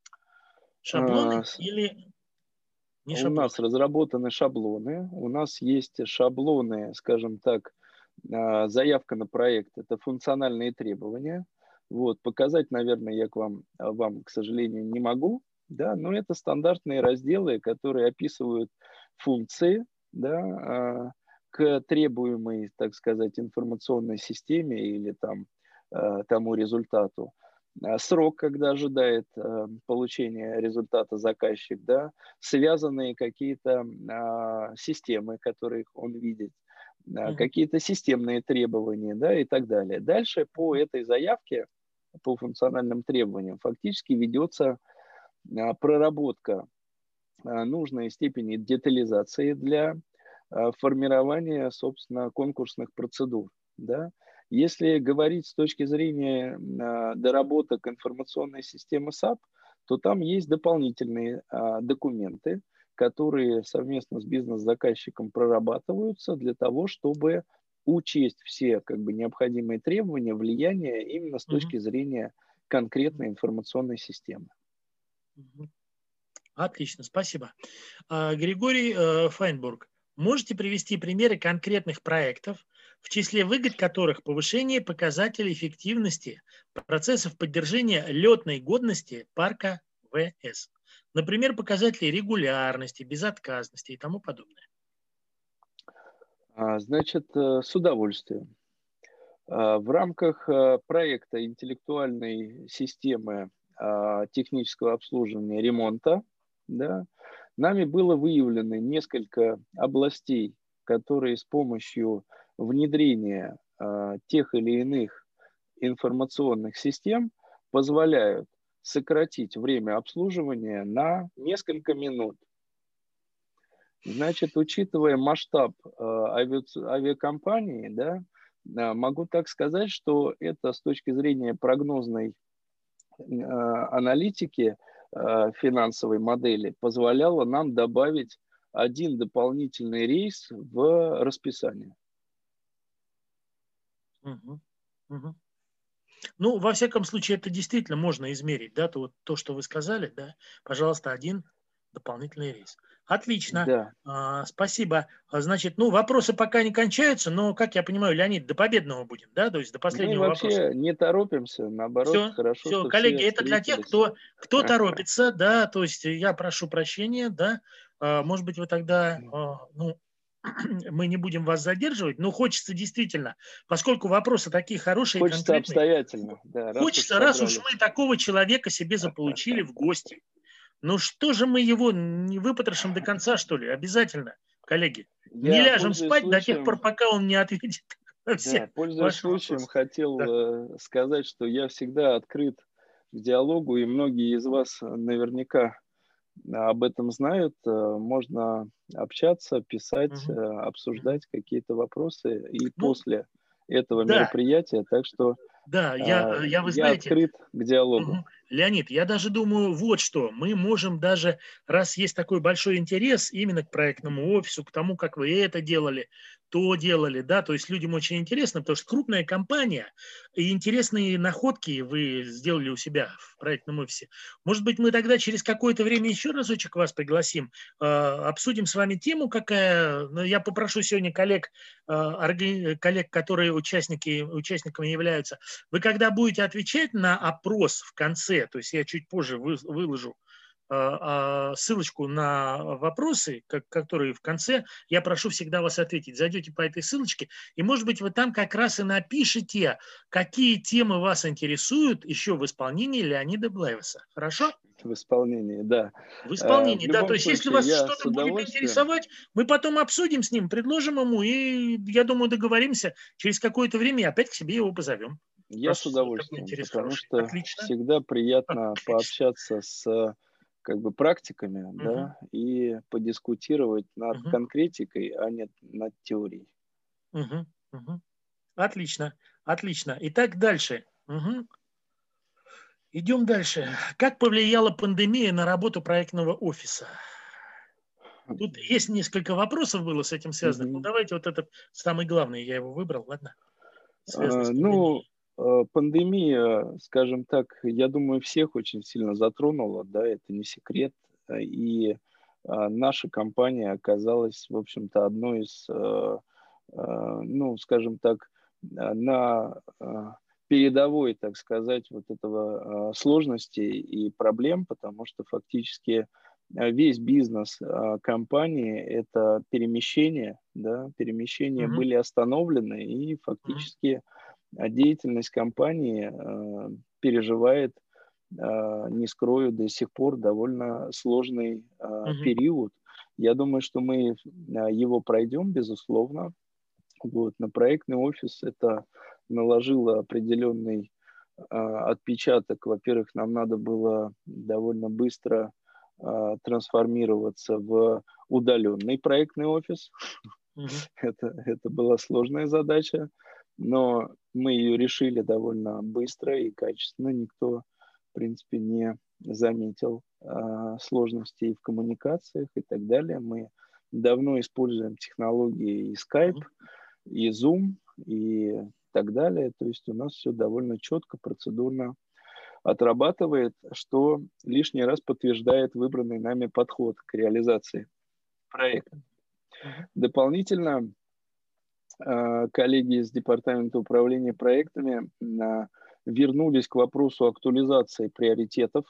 Шаблоны а, или не у шаблоны? нас разработаны шаблоны, у нас есть шаблоны, скажем так, заявка на проект – это функциональные требования. Вот, показать, наверное, я к вам, вам, к сожалению, не могу, да, но это стандартные разделы, которые описывают функции, да, к требуемой, так сказать, информационной системе или там, тому результату. Срок, когда ожидает э, получения результата заказчик, да, связанные какие-то э, системы, которые он видит, э, uh-huh. какие-то системные требования, да, и так далее. Дальше по этой заявке, по функциональным требованиям, фактически ведется э, проработка э, нужной степени детализации для э, формирования, собственно, конкурсных процедур, да. Если говорить с точки зрения э, доработок информационной системы саб, то там есть дополнительные э, документы, которые совместно с бизнес-заказчиком прорабатываются для того, чтобы учесть все как бы необходимые требования, влияния именно с точки зрения конкретной информационной системы. Отлично, спасибо. А, Григорий э, Файнбург, можете привести примеры конкретных проектов, в числе выгод которых повышение показателей эффективности процессов поддержания летной годности парка ВС? Например, показатели регулярности, безотказности и тому подобное. А, Значит, э, с удовольствием. А, В рамках э, проекта интеллектуальной системы а, технического обслуживания ремонта, да, нами было выявлено несколько областей, которые с помощью внедрения а, тех или иных информационных систем позволяют сократить время обслуживания на несколько минут. Значит, учитывая масштаб э, авиац- авиакомпании, да, а, могу так сказать, что это с точки зрения прогнозной э, аналитики э, финансовой модели позволяло нам добавить один дополнительный рейс в расписание. Мгм. Мгм. Ну, во всяком случае, это действительно можно измерить, да, то, вот то, что вы сказали, да, пожалуйста, один дополнительный рейс. Отлично, Да. а, спасибо. А, Значит, ну, вопросы пока не кончаются, но, как я понимаю, Леонид, до победного будем, да, то есть до Мы последнего вопроса. вообще не торопимся, наоборот, Все, хорошо, все, что все коллеги, это для тех, встретились. кто, кто торопится, да, то есть я прошу прощения, да, А, может быть, вы тогда, а, ну, мы не будем вас задерживать, но хочется действительно, поскольку вопросы такие хорошие и Хочется конкретные, обстоятельно, да, раз уж хочется, раз уж собрались. мы такого человека себе заполучили в гости, ну что же мы его не выпотрошим до конца, что ли? Обязательно, коллеги. Не Я, ляжем пользуясь спать до тех пор, случаем, пока он не ответит на Да, все пользуясь ваши случаем, вопросы. Да. хотел э, сказать, что я всегда открыт к диалогу, и многие из вас наверняка об этом знают. Э, Можно общаться, писать, э, Мгм. Мгм. обсуждать какие-то вопросы и Ну, после этого да, мероприятия. Так что да, э, я, я, вы я знаете, открыт к диалогу. Мгм. Леонид, я даже думаю, вот что, мы можем даже, раз есть такой большой интерес именно к проектному офису, к тому, как вы это делали, то делали, да, то есть людям очень интересно, потому что крупная компания и интересные находки вы сделали у себя в проектном офисе. Может быть, мы тогда через какое-то время еще разочек вас пригласим, э, обсудим с вами тему, какая, ну, я попрошу сегодня коллег, э, органи- коллег, которые участники, участниками являются, вы когда будете отвечать на опрос в конце, то есть я чуть позже вы- выложу а, а, ссылочку на вопросы, как- которые в конце, я прошу всегда вас ответить. Зайдете по этой ссылочке, и, может быть, вы там как раз и напишите, какие темы вас интересуют еще в исполнении Леонида Блейвеса. Хорошо? В исполнении, да. В Э, В исполнении, да. То любом есть, если случае, вас я с что-то будет удовольствием. интересовать, мы потом обсудим с ним, предложим ему, и, я думаю, договоримся через какое-то время и опять к себе его позовем. Я с Раз такой удовольствием, интерес потому хороший. что Отлично. всегда приятно Отлично. пообщаться с как бы практиками, Мгм. да, и подискутировать над Мгм. конкретикой, а не над теорией. Мгм. Мгм. Отлично. Отлично. Итак, дальше. Мгм. Идем дальше. Как повлияла пандемия на работу проектного офиса? Тут есть несколько вопросов было с этим связанных. Ну, Мгм. давайте вот этот самый главный, я его выбрал, ладно? Связанный А, с Ну, пандемией. э, пандемия, скажем так, я думаю, всех очень сильно затронула, да, это не секрет. Э, И а, наша компания оказалась, в общем-то, одной из, э, э, ну, скажем так, а, на а, передовой, так сказать, вот этого а, сложностей и проблем, потому что фактически а, весь бизнес а, компании — это перемещение, да, перемещения Мгм. были остановлены, и Мгм. фактически а деятельность компании э, переживает, э, не скрою, до сих пор довольно сложный э, Мгм. период. Я думаю, что мы э, его пройдем, безусловно. Вот. На проектный офис это наложило определенный э, отпечаток. Во-первых, нам надо было довольно быстро э, трансформироваться в удаленный проектный офис. Мгм. Это, это была сложная задача, но мы ее решили довольно быстро и качественно. Никто, в принципе, не заметил а, сложностей в коммуникациях и так далее. Мы давно используем технологии и Skype, Мгм. и Zoom, и так далее. То есть у нас все довольно четко, процедурно отрабатывает, что лишний раз подтверждает выбранный нами подход к реализации проекта. Дополнительно коллеги из Департамента управления проектами вернулись к вопросу актуализации приоритетов.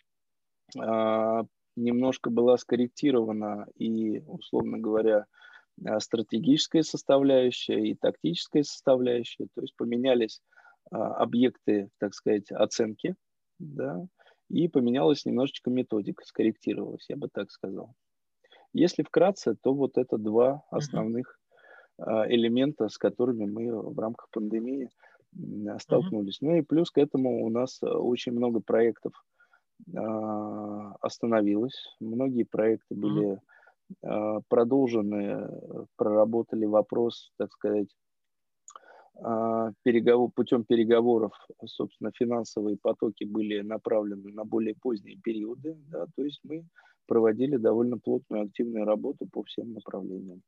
Немножко была скорректирована и, условно говоря, стратегическая составляющая и тактическая составляющая, то есть поменялись объекты, так сказать, оценки, да, и поменялась немножечко методика, скорректировалась, я бы так сказал. Если вкратце, то вот это два основных элемента, с которыми мы в рамках пандемии столкнулись. Uh-huh. Ну и плюс к этому у нас очень много проектов остановилось, многие проекты были uh-huh. продолжены, проработали вопрос, так сказать, переговор, путем переговоров, собственно, финансовые потоки были направлены на более поздние периоды, да, то есть мы проводили довольно плотную активную работу по всем направлениям.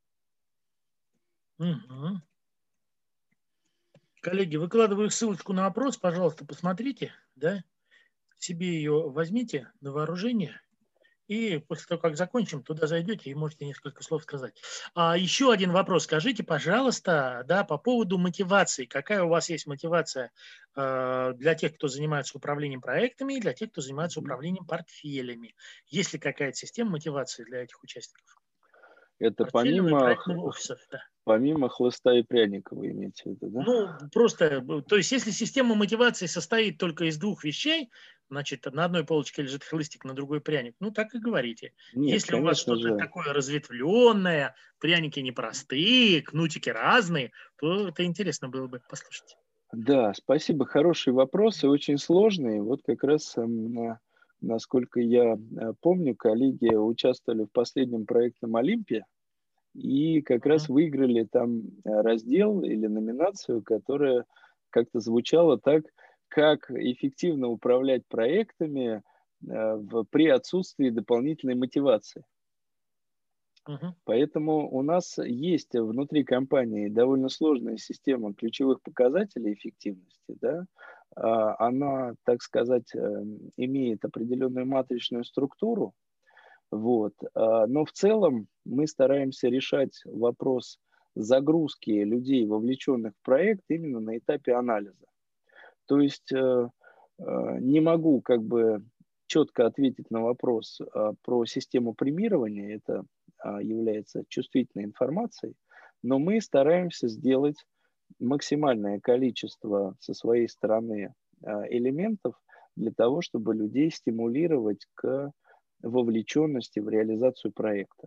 Угу. Коллеги, выкладываю ссылочку на опрос, пожалуйста, посмотрите, да, себе ее возьмите на вооружение, и после того, как закончим, туда зайдете и можете несколько слов сказать. А еще один вопрос. Скажите, пожалуйста, да, по поводу мотивации. Какая у вас есть мотивация э, для тех, кто занимается управлением проектами, и для тех, кто занимается управлением портфелями? Есть ли какая-то система мотивации для этих участников? Это помимо, да. помимо хлыста и пряника вы имеете в виду, да? Ну, просто, то есть, если система мотивации состоит только из двух вещей, значит, на одной полочке лежит хлыстик, на другой пряник, ну, так и говорите. Нет, если у вас что-то же. такое разветвленное, пряники непростые, кнутики разные, то это интересно было бы послушать. Да, спасибо, хороший вопрос и очень сложный. Вот как раз, насколько я помню, коллеги участвовали в последнем проектном Олимпе, и как раз выиграли там раздел или номинацию, которая как-то звучала так, как эффективно управлять проектами в, при отсутствии дополнительной мотивации. Uh-huh. Поэтому у нас есть внутри компании довольно сложная система ключевых показателей эффективности. Да? Она, так сказать, имеет определенную матричную структуру. Вот. Но в целом мы стараемся решать вопрос загрузки людей, вовлеченных в проект, именно на этапе анализа. То есть не могу как бы четко ответить на вопрос про систему премирования, это является чувствительной информацией, но мы стараемся сделать максимальное количество со своей стороны элементов для того, чтобы людей стимулировать к вовлеченности в реализацию проекта.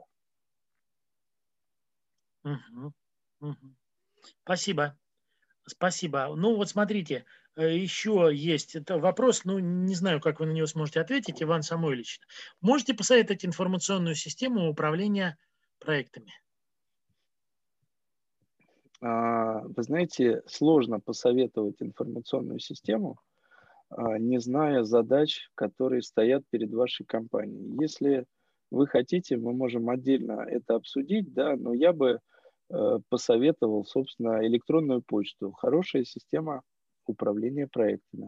Угу. Угу. Спасибо. Спасибо. Ну вот смотрите, еще есть это вопрос, ну не знаю, как вы на него сможете ответить, Иван Самойлович. Можете посоветовать информационную систему управления проектами? Вы знаете, сложно посоветовать информационную систему, не зная задач, которые стоят перед вашей компанией. Если вы хотите, мы можем отдельно это обсудить, да, но я бы э, посоветовал, собственно, электронную почту. Хорошая система управления проектами.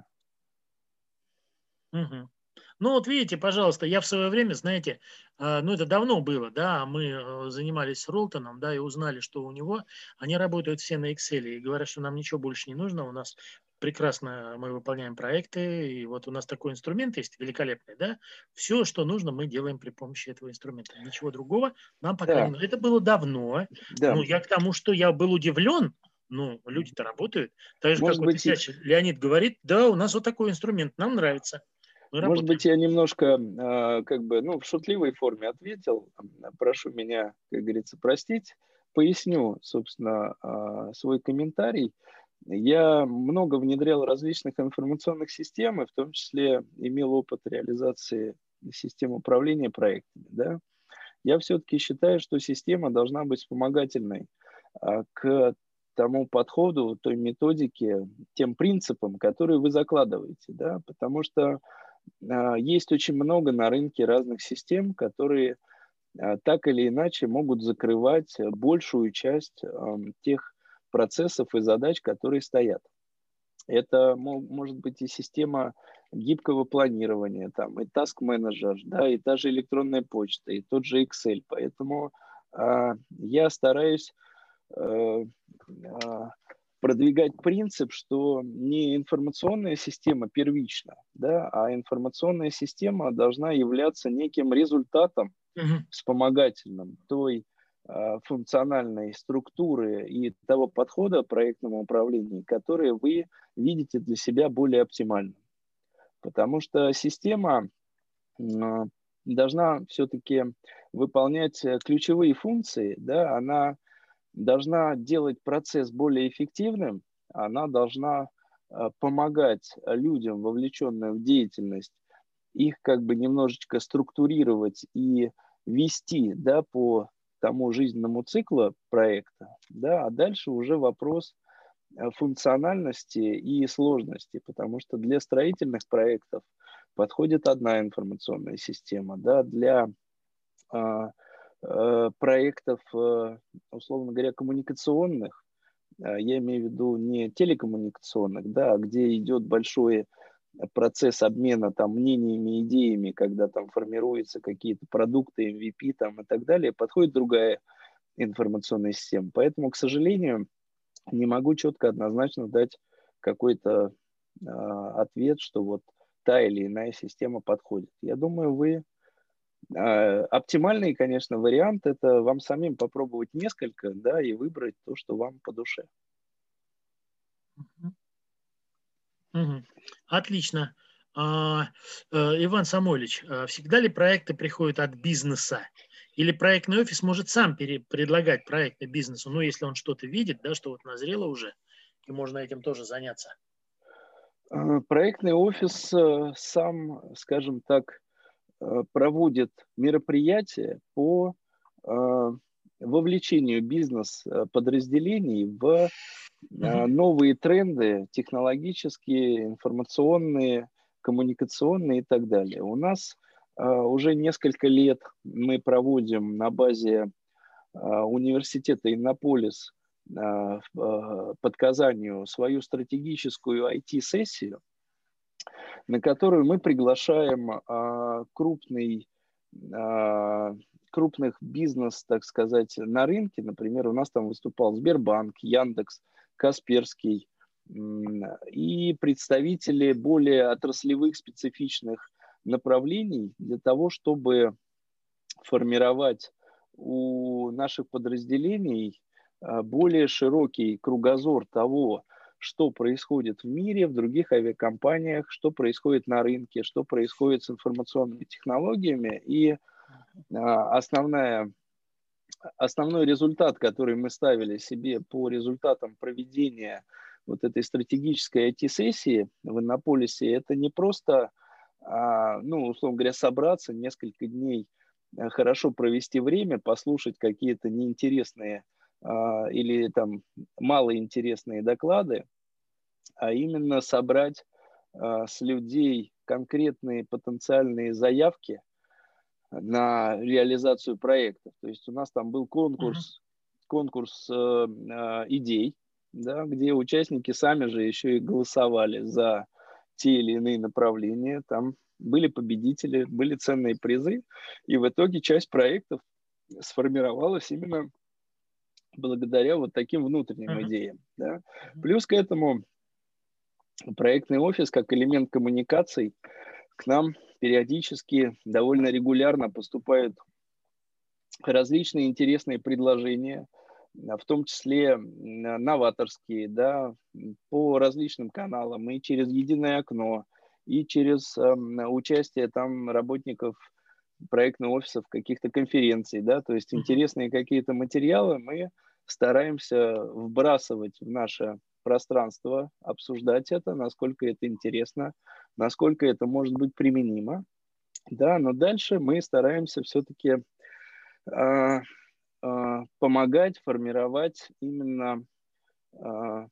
Угу. Ну вот видите, пожалуйста, я в свое время, знаете, э, ну это давно было, да, мы э, занимались с Ролтоном, да, и узнали, что у него, они работают все на Excel, и говорят, что нам ничего больше не нужно, у нас прекрасно мы выполняем проекты, и вот у нас такой инструмент есть великолепный, да, все, что нужно, мы делаем при помощи этого инструмента, ничего другого нам пока Да. не нужно. Это было давно, Да. ну я к тому, что я был удивлен, ну люди-то работают, так же, Может как быть, вот Леонид говорит, да, у нас вот такой инструмент, нам нравится. Мы Может работаем. быть, я немножко, как бы, ну, в шутливой форме ответил, прошу меня, как говорится, простить, поясню, собственно, свой комментарий. Я много внедрял различных информационных систем, и в том числе имел опыт реализации систем управления проектами. Да? Я все-таки считаю, что система должна быть вспомогательной к тому подходу, той методике, тем принципам, которые вы закладываете. Да? Потому что есть очень много на рынке разных систем, которые так или иначе могут закрывать большую часть тех процессов и задач, которые стоят. Это может быть и система гибкого планирования, там, и task-менеджер, да, и та же электронная почта, и тот же Excel. Поэтому а, я стараюсь а, а, продвигать принцип, что не информационная система первична, да, а информационная система должна являться неким результатом Мгм. вспомогательным той а, функциональной структуры и того подхода к проектному управлению, которые вы видите для себя более оптимальным. Потому что система м, должна все-таки выполнять э, ключевые функции, да, она должна делать процесс более эффективным, она должна а, помогать людям, вовлеченным в деятельность, их как бы немножечко структурировать и вести, да, по тому жизненному циклу проекта, да, а дальше уже вопрос э, функциональности и сложности, потому что для строительных проектов подходит одна информационная система, да, для а, э, проектов, э, условно говоря, коммуникационных, э, я имею в виду не телекоммуникационных, да, а где идет большой процесс обмена там мнениями, идеями, когда там формируются какие-то продукты, эм ви пи там и так далее, подходит другая информационная система. Поэтому, к сожалению, не могу четко однозначно дать какой-то э, ответ, что вот та или иная система подходит. Я думаю, вы э, оптимальный, конечно, вариант это вам самим попробовать несколько, да, и выбрать то, что вам по душе. Мгм. Отлично. А, э, Иван Самойлович, а всегда ли проекты приходят от бизнеса? Или проектный офис может сам пере- предлагать проекты бизнесу, ну, если он что-то видит, да, что вот назрело уже, и можно этим тоже заняться? Э, Проектный офис э, сам, скажем так, э, проводит мероприятия по э, вовлечению бизнес-подразделений в э, Мгм. новые тренды технологические, информационные, коммуникационные и так далее. У нас э, уже несколько лет мы проводим на базе э, университета Иннополис э, в- э, под Казанью свою стратегическую ай ти-сессию, на которую мы приглашаем а, крупный, а, крупных бизнес, так сказать, на рынке. Например, у нас там выступал Сбербанк, Яндекс, Касперский и представители более отраслевых специфичных направлений для того, чтобы формировать у наших подразделений а, более широкий кругозор того, что происходит в мире, в других авиакомпаниях, что происходит на рынке, что происходит с информационными технологиями. И а, основная, основной результат, который мы ставили себе по результатам проведения вот этой стратегической ай ти-сессии в Иннополисе, это не просто, а, ну, условно говоря, собраться несколько дней, э, хорошо провести время, послушать какие-то неинтересные а, или там малоинтересные доклады, а именно собрать а, с людей конкретные потенциальные заявки на реализацию проектов. То есть у нас там был Мгм. конкурс, конкурс э, э, идей, да, где участники сами же еще и голосовали за те или иные направления. Там были победители, были ценные призы, и в итоге часть проектов сформировалась именно благодаря вот таким внутренним Мгм. идеям. Да. Мгм. Плюс к этому проектный офис как элемент коммуникаций к нам периодически довольно регулярно поступают различные интересные предложения, а, в том числе м, новаторские, да, м, по различным каналам, и через единое окно, и через эм, участие там работников проектного офиса в каких-то конференций, да, то есть Мгм. интересные какие-то материалы мы стараемся вбрасывать в наше пространство, обсуждать это, насколько это интересно, насколько это может быть применимо, да, но дальше мы стараемся все-таки а, а, помогать формировать именно а,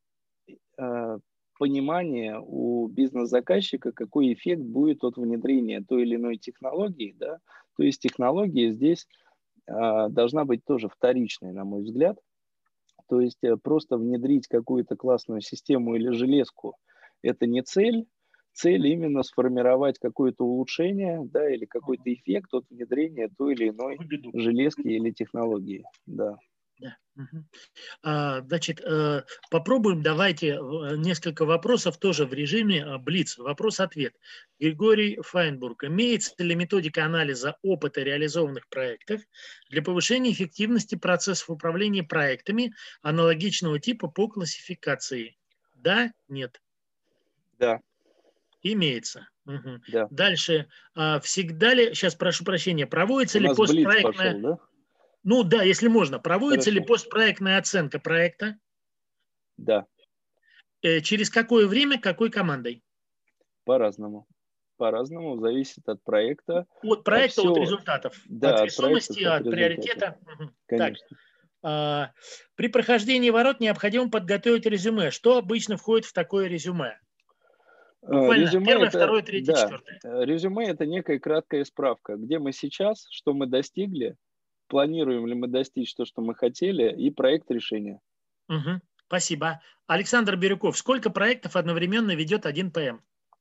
а, понимание у бизнес-заказчика, какой эффект будет от внедрения той или иной технологии. Да? То есть технология здесь а, должна быть тоже вторичной, на мой взгляд. То есть просто внедрить какую-то классную систему или железку – это не цель. Цель именно сформировать какое-то улучшение, да, или какой-то эффект от внедрения той или иной Выгоду. железки или технологии. Да. Да. Угу. А, значит, э, попробуем, давайте несколько вопросов тоже в режиме блиц. Вопрос-ответ. Григорий Файнбург. Имеется ли методика анализа опыта реализованных проектов для повышения эффективности процессов управления проектами аналогичного типа по классификации? Да? Нет? Да. Имеется. Угу. Да. Дальше. А, всегда ли, сейчас прошу прощения, проводится У ли нас блиц постпроектная... пошел, да? Ну да, если можно. Проводится Хорошо. ли постпроектная оценка проекта? Да. Э, через какое время, какой командой? По-разному. По-разному, зависит от проекта. От проекта, Все, от результатов. да, От от проектов, весомости, от от результатов. приоритета. Угу. Конечно. Так. А, при прохождении ворот необходимо подготовить резюме. Что обычно входит в такое резюме? Буквально Резюме первое, это, второе, третье, да, четвертое. резюме это некая краткая справка, где мы сейчас, что мы достигли, планируем ли мы достичь то, что мы хотели, и проект решения. Угу. Спасибо. Александр Бирюков. Сколько проектов одновременно ведет один ПМ?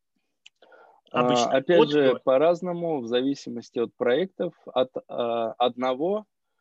Обычно. А, опять От же, до. по-разному, в зависимости от проектов, от а, одного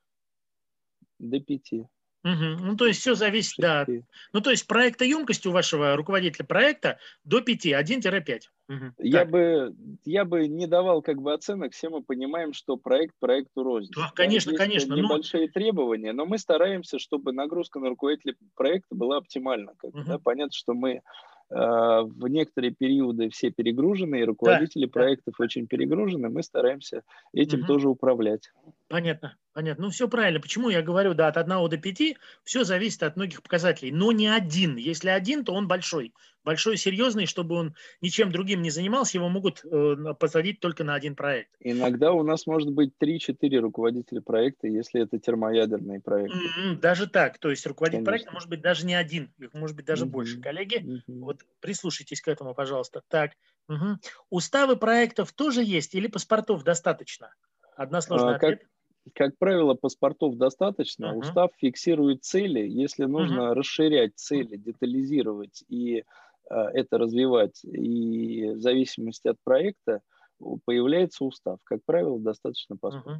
до пяти. Угу. Ну, то есть все зависит, да. шести. Ну, то есть проектоемкость у вашего руководителя проекта до пяти, один-пять. Угу. Я бы, я бы не давал как бы оценок, все мы понимаем, что проект проекту рознь. Да, Да, конечно, есть конечно. Ну, небольшие требования, но мы стараемся, чтобы нагрузка на руководителя проекта была оптимальна. Как бы, угу. да. Понятно, что мы э, в некоторые периоды все перегружены, и руководители да, проектов да. очень перегружены, мы стараемся этим Угу. тоже управлять. Понятно, понятно. Ну, все правильно. Почему я говорю, да, от одного до пяти все зависит от многих показателей, но не один. Если один, то он большой. Большой, серьезный, чтобы он ничем другим не занимался, его могут э, посадить только на один проект. Иногда у нас может быть три-четыре руководителя проекта, если это термоядерные проекты. Mm-hmm. Даже так. То есть руководитель Конечно. проекта может быть даже не один, их может быть даже Угу. больше. Коллеги, Угу. вот прислушайтесь к этому, пожалуйста. Так. Угу. Уставы проектов тоже есть или паспортов достаточно? Односложный а, как, ответ. как правило, паспортов достаточно. Угу. Устав фиксирует цели. Если нужно угу. расширять цели, детализировать и а, это развивать, и в зависимости от проекта появляется устав. Как правило, достаточно паспорта.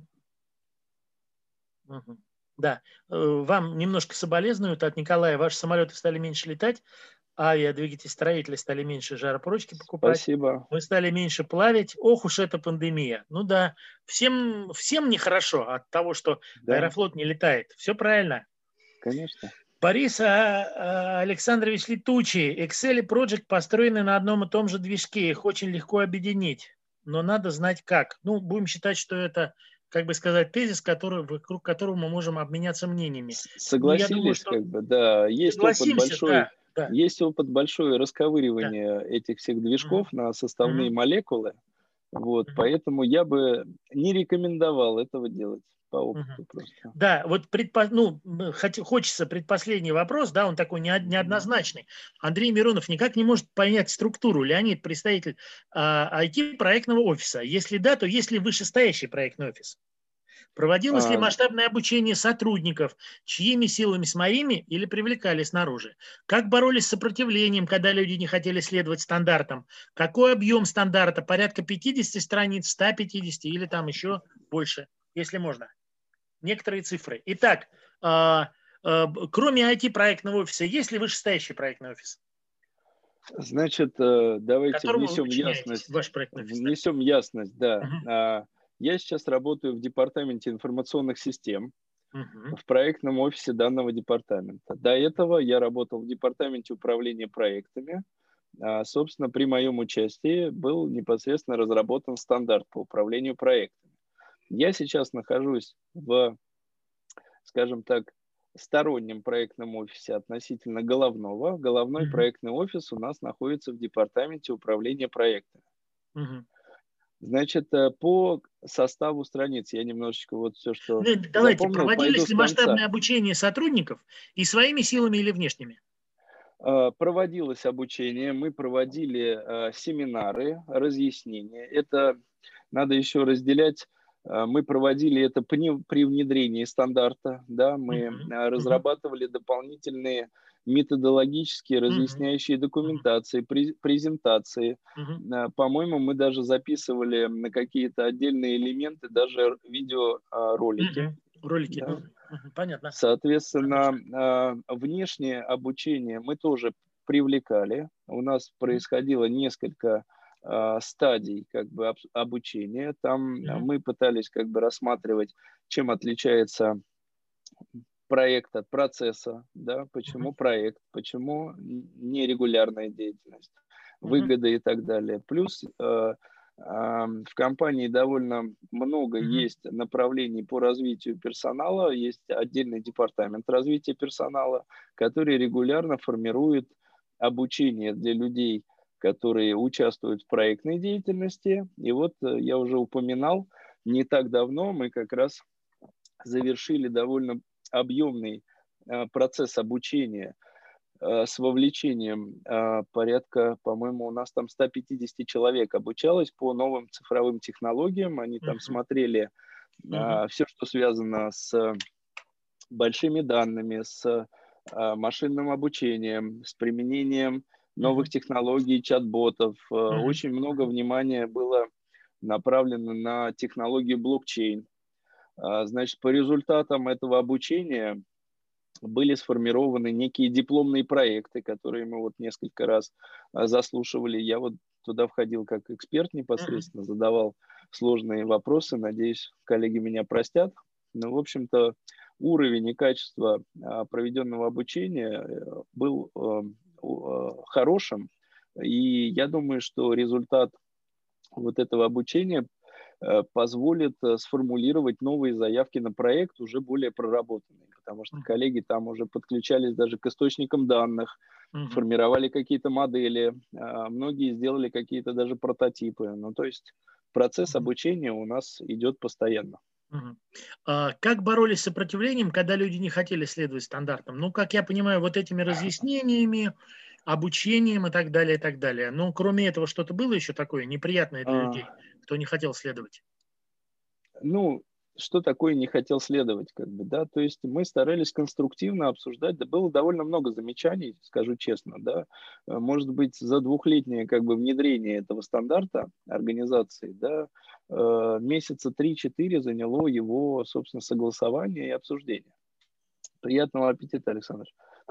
Угу. Угу. Да, вам немножко соболезнуют от Николая. Ваши самолеты стали меньше летать, авиадвигатели строители стали меньше жаропрочки покупать. Спасибо. Мы стали меньше плавить. Ох уж эта пандемия. Ну да, всем, всем нехорошо от того, что да. Аэрофлот не летает. Все правильно. Конечно. Борис Александрович Летучий. Excel и Project построены на одном и том же движке. Их очень легко объединить. Но надо знать как. Ну, будем считать, что это, как бы сказать, тезис, который, вокруг которого мы можем обменяться мнениями. Согласились, ну, думаю, что... как бы, да. Есть опыт большой. Да, да. Есть опыт большое расковыривание да. этих всех движков угу. на составные угу. молекулы. Вот, угу. Поэтому я бы не рекомендовал этого делать. По опыту угу. просто. Да, вот предпо... ну, хочется предпоследний вопрос, да, он такой неоднозначный. Андрей Миронов никак не может понять структуру. Леонид, представитель а, ай ти-проектного офиса. Если да, то есть ли вышестоящий проектный офис? Проводилось а... ли масштабное обучение сотрудников, чьими силами, с моими, или привлекали снаружи? Как боролись с сопротивлением, когда люди не хотели следовать стандартам? Какой объем стандарта? Порядка пятьдесят страниц, сто пятьдесят или там еще больше, если можно? Некоторые цифры. Итак, э, э, кроме ай ти-проектного офиса, есть ли вышестоящий проектный офис? Значит, давайте внесем ясность. Ваш проектный офис, внесем да? ясность, да. Uh-huh. Я сейчас работаю в департаменте информационных систем, uh-huh. в проектном офисе данного департамента. До этого я работал в департаменте управления проектами. Собственно, при моем участии был непосредственно разработан стандарт по управлению проектами. Я сейчас нахожусь в, скажем так, стороннем проектном офисе относительно головного. Головной uh-huh. проектный офис у нас находится в департаменте управления проектами. Uh-huh. Значит, по составу страниц я немножечко вот все, что ну, давайте, запомнил, проводились ли масштабное обучение сотрудников и своими силами или внешними? Проводилось обучение, мы проводили семинары, разъяснения. Это надо еще разделять Мы проводили это при внедрении стандарта, да, мы Мгм. Мгм. разрабатывали дополнительные методологические Мгм. разъясняющие Мгм. документации, през- презентации. Мгм. А, По-моему, мы даже записывали на какие-то отдельные элементы даже видеоролики. Мгм. Ролики. Да. Мгм. Мгм. Понятно. Соответственно, Конечно. а, внешнее обучение мы тоже привлекали. У нас Мгм. происходило несколько а, стадий как бы об- обучения. Там а, Мгм. мы пытались как бы рассматривать, чем отличается проект от процесса, да, Мгм. почему проект, почему н- нерегулярная деятельность, Мгм. выгоды и так далее. Плюс э, ам, в компании довольно много Мгм. есть направлений по развитию персонала, есть отдельный департамент развития персонала, который регулярно формирует обучение для людей, которые участвуют в проектной деятельности. И вот э, я уже упоминал, не так давно мы как раз завершили довольно объемный э, процесс обучения э, с вовлечением э, порядка, по-моему, у нас там сто пятьдесят человек обучалось по новым цифровым технологиям. Они там Мгм. смотрели Мгм. э, все, что связано с большими данными, с э, машинным обучением, с применением новых Мгм. технологий, чат-ботов. Э, Мгм. Очень много Мгм. внимания было направлено на технологию блокчейн. А, Значит, по результатам этого обучения были сформированы некие дипломные проекты, которые мы вот несколько раз а, заслушивали. Я вот туда входил как эксперт Мгм. непосредственно, задавал сложные вопросы. Надеюсь, коллеги меня простят. Но, в общем-то, уровень и качество а, проведенного обучения э, был э, у- э, хорошим. И я думаю, что результат вот этого обучения э, позволит э, сформулировать новые заявки на проект, уже более проработанные, потому что Мгм. коллеги там уже подключались даже к источникам данных, Мгм. формировали какие-то модели, а, многие сделали какие-то даже прототипы. Ну, то есть процесс Мгм. обучения у нас идет постоянно. Мгм. А как боролись с сопротивлением, когда люди не хотели следовать стандартам? Ну, как я понимаю, вот этими разъяснениями, обучением и так далее, и так далее. Ну, кроме этого, что-то было еще такое неприятное для людей, А, кто не хотел следовать? Ну, что такое не хотел следовать, как бы, да, то есть мы старались конструктивно обсуждать, да, было довольно много замечаний, скажу честно, да, Э, может быть, за двухлетнее, как бы, внедрение этого стандарта организации, да, э, месяца три-четыре заняло его, собственно, согласование и обсуждение. Приятного аппетита, Александр.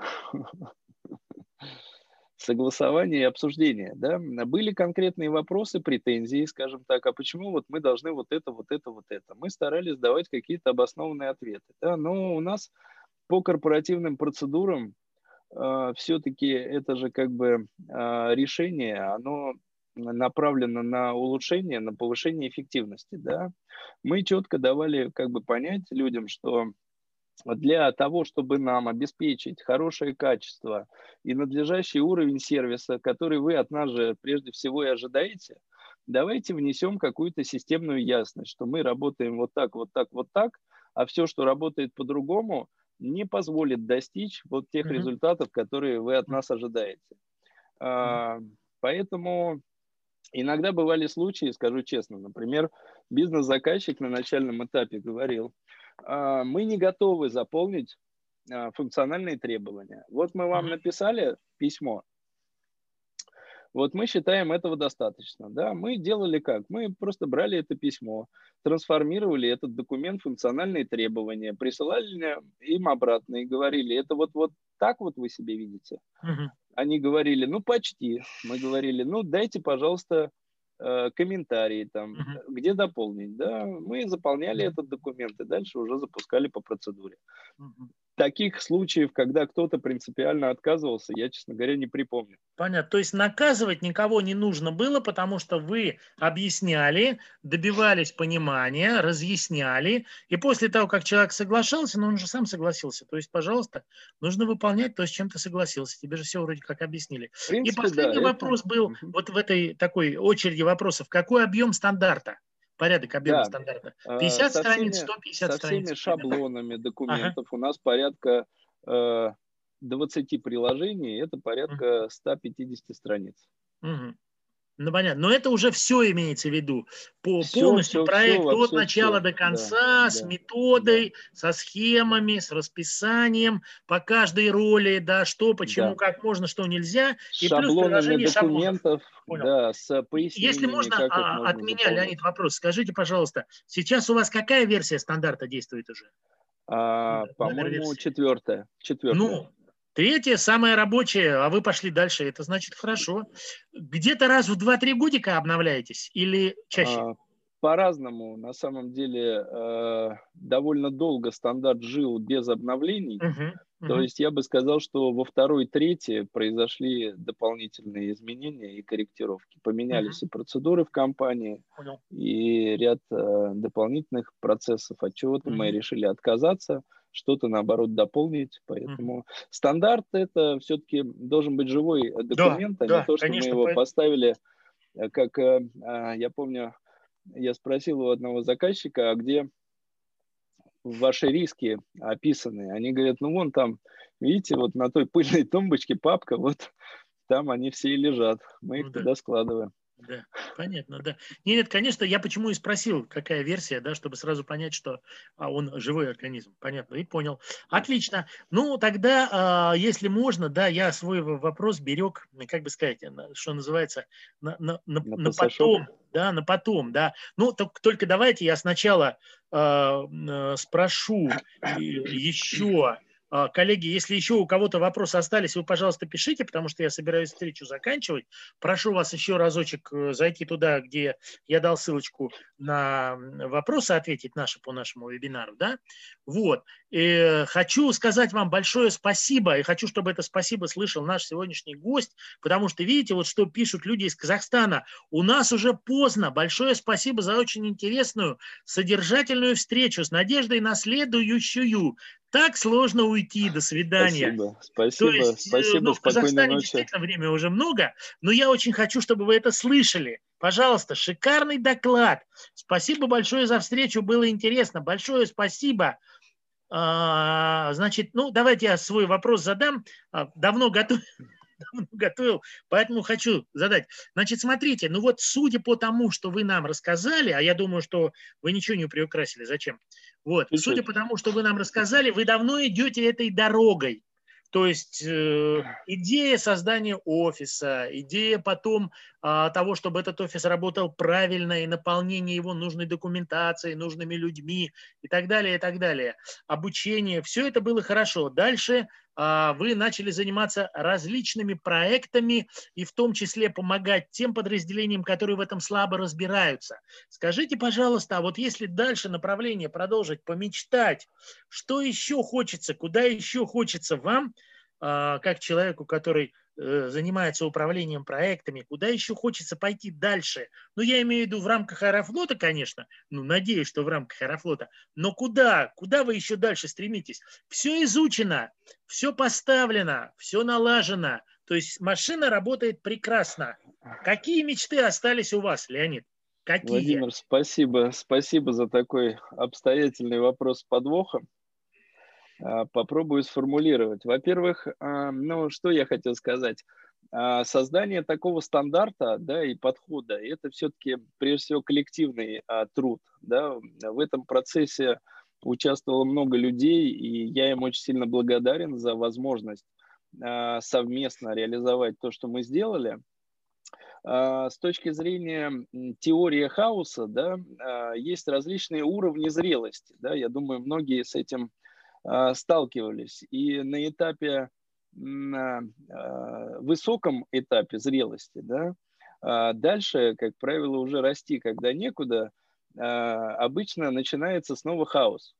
Согласование и обсуждение, да. Были конкретные вопросы, претензии, скажем так, а почему вот мы должны вот это, вот это, вот это. Мы старались давать какие-то обоснованные ответы, да, но у нас по корпоративным процедурам э, все-таки это же как бы э, решение, оно направлено на улучшение, на повышение эффективности, да. Мы четко давали как бы понять людям, что для того, чтобы нам обеспечить хорошее качество и надлежащий уровень сервиса, который вы от нас же прежде всего и ожидаете, давайте внесем какую-то системную ясность, что мы работаем вот так, вот так, вот так, а все, что работает по-другому, не позволит достичь вот тех Мгм. результатов, которые вы от Мгм. нас ожидаете. Мгм. А, Поэтому иногда бывали случаи, скажу честно, например, бизнес-заказчик на начальном этапе говорил, «А, мы не готовы заполнить а, функциональные требования. Вот мы вам Мгм. написали письмо, вот мы считаем этого достаточно. Да? Мы делали как? Мы просто брали это письмо, трансформировали этот документ в функциональные требования, присылали им обратно и говорили, это вот, вот так вот вы себе видите? Мгм. Они говорили, ну, почти. Мы говорили, ну, дайте, пожалуйста, э, комментарии там, Мгм. где дополнить. Да, мы заполняли Мгм. этот документ и дальше уже запускали по процедуре. Мгм. Таких случаев, когда кто-то принципиально отказывался, я, честно говоря, не припомню. Понятно. То есть наказывать никого не нужно было, потому что вы объясняли, добивались понимания, разъясняли, и после того, как человек соглашался, но он же сам согласился. То есть, пожалуйста, нужно выполнять то, с чем ты согласился. Тебе же все вроде как объяснили. В И принципе, да, последний это... вопрос был Мгм. вот в этой такой очереди вопросов. Какой объем стандарта? Порядок объема Да, стандарта. э, пятьдесят со страниц, всеми, сто пятьдесят со страниц всеми примерно. шаблонами Ага. документов у нас порядка э, двадцати приложений, это Мгм. порядка ста пятидесяти страниц. Мгм. Ну, понятно. Но это уже все имеется в виду. По Все, полностью все, все, проект от вообще начала все. до Да, конца, с да, да, методой, со да, схемами, с расписанием по каждой роли, да, что, почему, да. как можно, что нельзя, С и плюс шаблонами приложение шаблонов. документов, Понял. да, с И Если пояснениями, можно, как их а, от можно меня, Леонид, заполнять. вопрос. Скажите, пожалуйста, сейчас у вас какая версия стандарта действует уже? А, Номер, номер по-моему, версии. четвертое. Четвертое. Ну, третье, самое рабочее, а вы пошли дальше. Это значит хорошо. Где-то раз в два-три годика обновляетесь или чаще? А, по-разному. На самом деле, э, довольно долго стандарт жил без обновлений. Мгм, То мгм, есть я бы сказал, что во второй трети произошли дополнительные изменения и корректировки. мгм. Поменялись и процедуры в компании, Понял. и ряд э, дополнительных процессов. От чего-то мы Мгм, решили отказаться, что-то наоборот дополнить. мгм. Поэтому стандарт это все-таки должен быть живой э, Да, документ, а не да, то, что мы конечно. его поэт- поставили, э, как э, а, я помню, я спросил у одного заказчика, а где ваши риски описаны? Они говорят, ну вон там, видите, вот на той пыльной тумбочке папка, вот там они все и лежат. Мы Ну их да. туда складываем. Да, понятно, да. Нет, нет, конечно, я почему и спросил, какая версия, да, чтобы сразу понять, что а, он живой организм. Понятно, и понял. Отлично. Ну, тогда, а, если можно, да, я свой в- вопрос берег, ну, как бы сказать, на- что называется, на, на, на, На на пасашок. потом, да, на потом, да. Ну, только, только давайте я сначала а, м, э, спрошу и еще, а, коллеги, если еще у кого-то вопросы остались, вы, пожалуйста, пишите, потому что я собираюсь встречу заканчивать. Прошу вас еще разочек э, зайти туда, где я дал ссылочку на вопросы ответить наши по нашему вебинару, да. Вот. И хочу сказать вам большое спасибо, и хочу, чтобы это спасибо слышал наш сегодняшний гость, потому что видите, вот что пишут люди из Казахстана. У нас уже поздно. Большое спасибо за очень интересную, содержательную встречу с надеждой на следующую. Так сложно уйти. До свидания. Спасибо, То спасибо, есть, э, спасибо, ну, в спокойной Казахстане ночи. действительно время уже много, но я очень хочу, чтобы вы это слышали. Пожалуйста, шикарный доклад. Спасибо большое за встречу, было интересно. Большое спасибо. А, Значит, ну, давайте я свой вопрос задам. А, Давно готов, давно готовил, поэтому хочу задать. Значит, смотрите, ну вот судя по тому, что вы нам рассказали, а я думаю, что вы ничего не приукрасили, зачем? Вот, судя Чуть-чуть. по тому, что вы нам рассказали, вы давно идете этой дорогой. То есть э, идея создания офиса, идея потом э, того, чтобы этот офис работал правильно и наполнение его нужной документацией, нужными людьми и так далее, и так далее. Обучение, все это было хорошо. Дальше э, вы начали заниматься различными проектами и в том числе помогать тем подразделениям, которые в этом слабо разбираются. Скажите, пожалуйста, а вот если дальше направление продолжить, помечтать, что еще хочется, куда еще хочется вам, как человеку, который э, занимается управлением проектами, куда еще хочется пойти дальше? Ну, я имею в виду в рамках Аэрофлота, конечно, ну, надеюсь, что в рамках Аэрофлота, но куда? Куда вы еще дальше стремитесь? Все изучено, все поставлено, все налажено, то есть машина работает прекрасно. Какие мечты остались у вас, Леонид? Какие? Владимир, спасибо, спасибо за такой обстоятельный вопрос с подвохом. А, Попробую сформулировать. Во-первых, а, ну, что я хотел сказать. А, Создание такого стандарта, да, и подхода, это все-таки, прежде всего, коллективный а, труд, да. В этом процессе участвовало много людей, и я им очень сильно благодарен за возможность а, совместно реализовать то, что мы сделали. А, С точки зрения м, теории хаоса, да, а, есть различные уровни зрелости, да. Я думаю, многие с этим а, сталкивались. И на этапе, на а, высоком этапе зрелости, да, а, дальше, как правило, уже расти, когда некуда, а, обычно начинается снова хаос.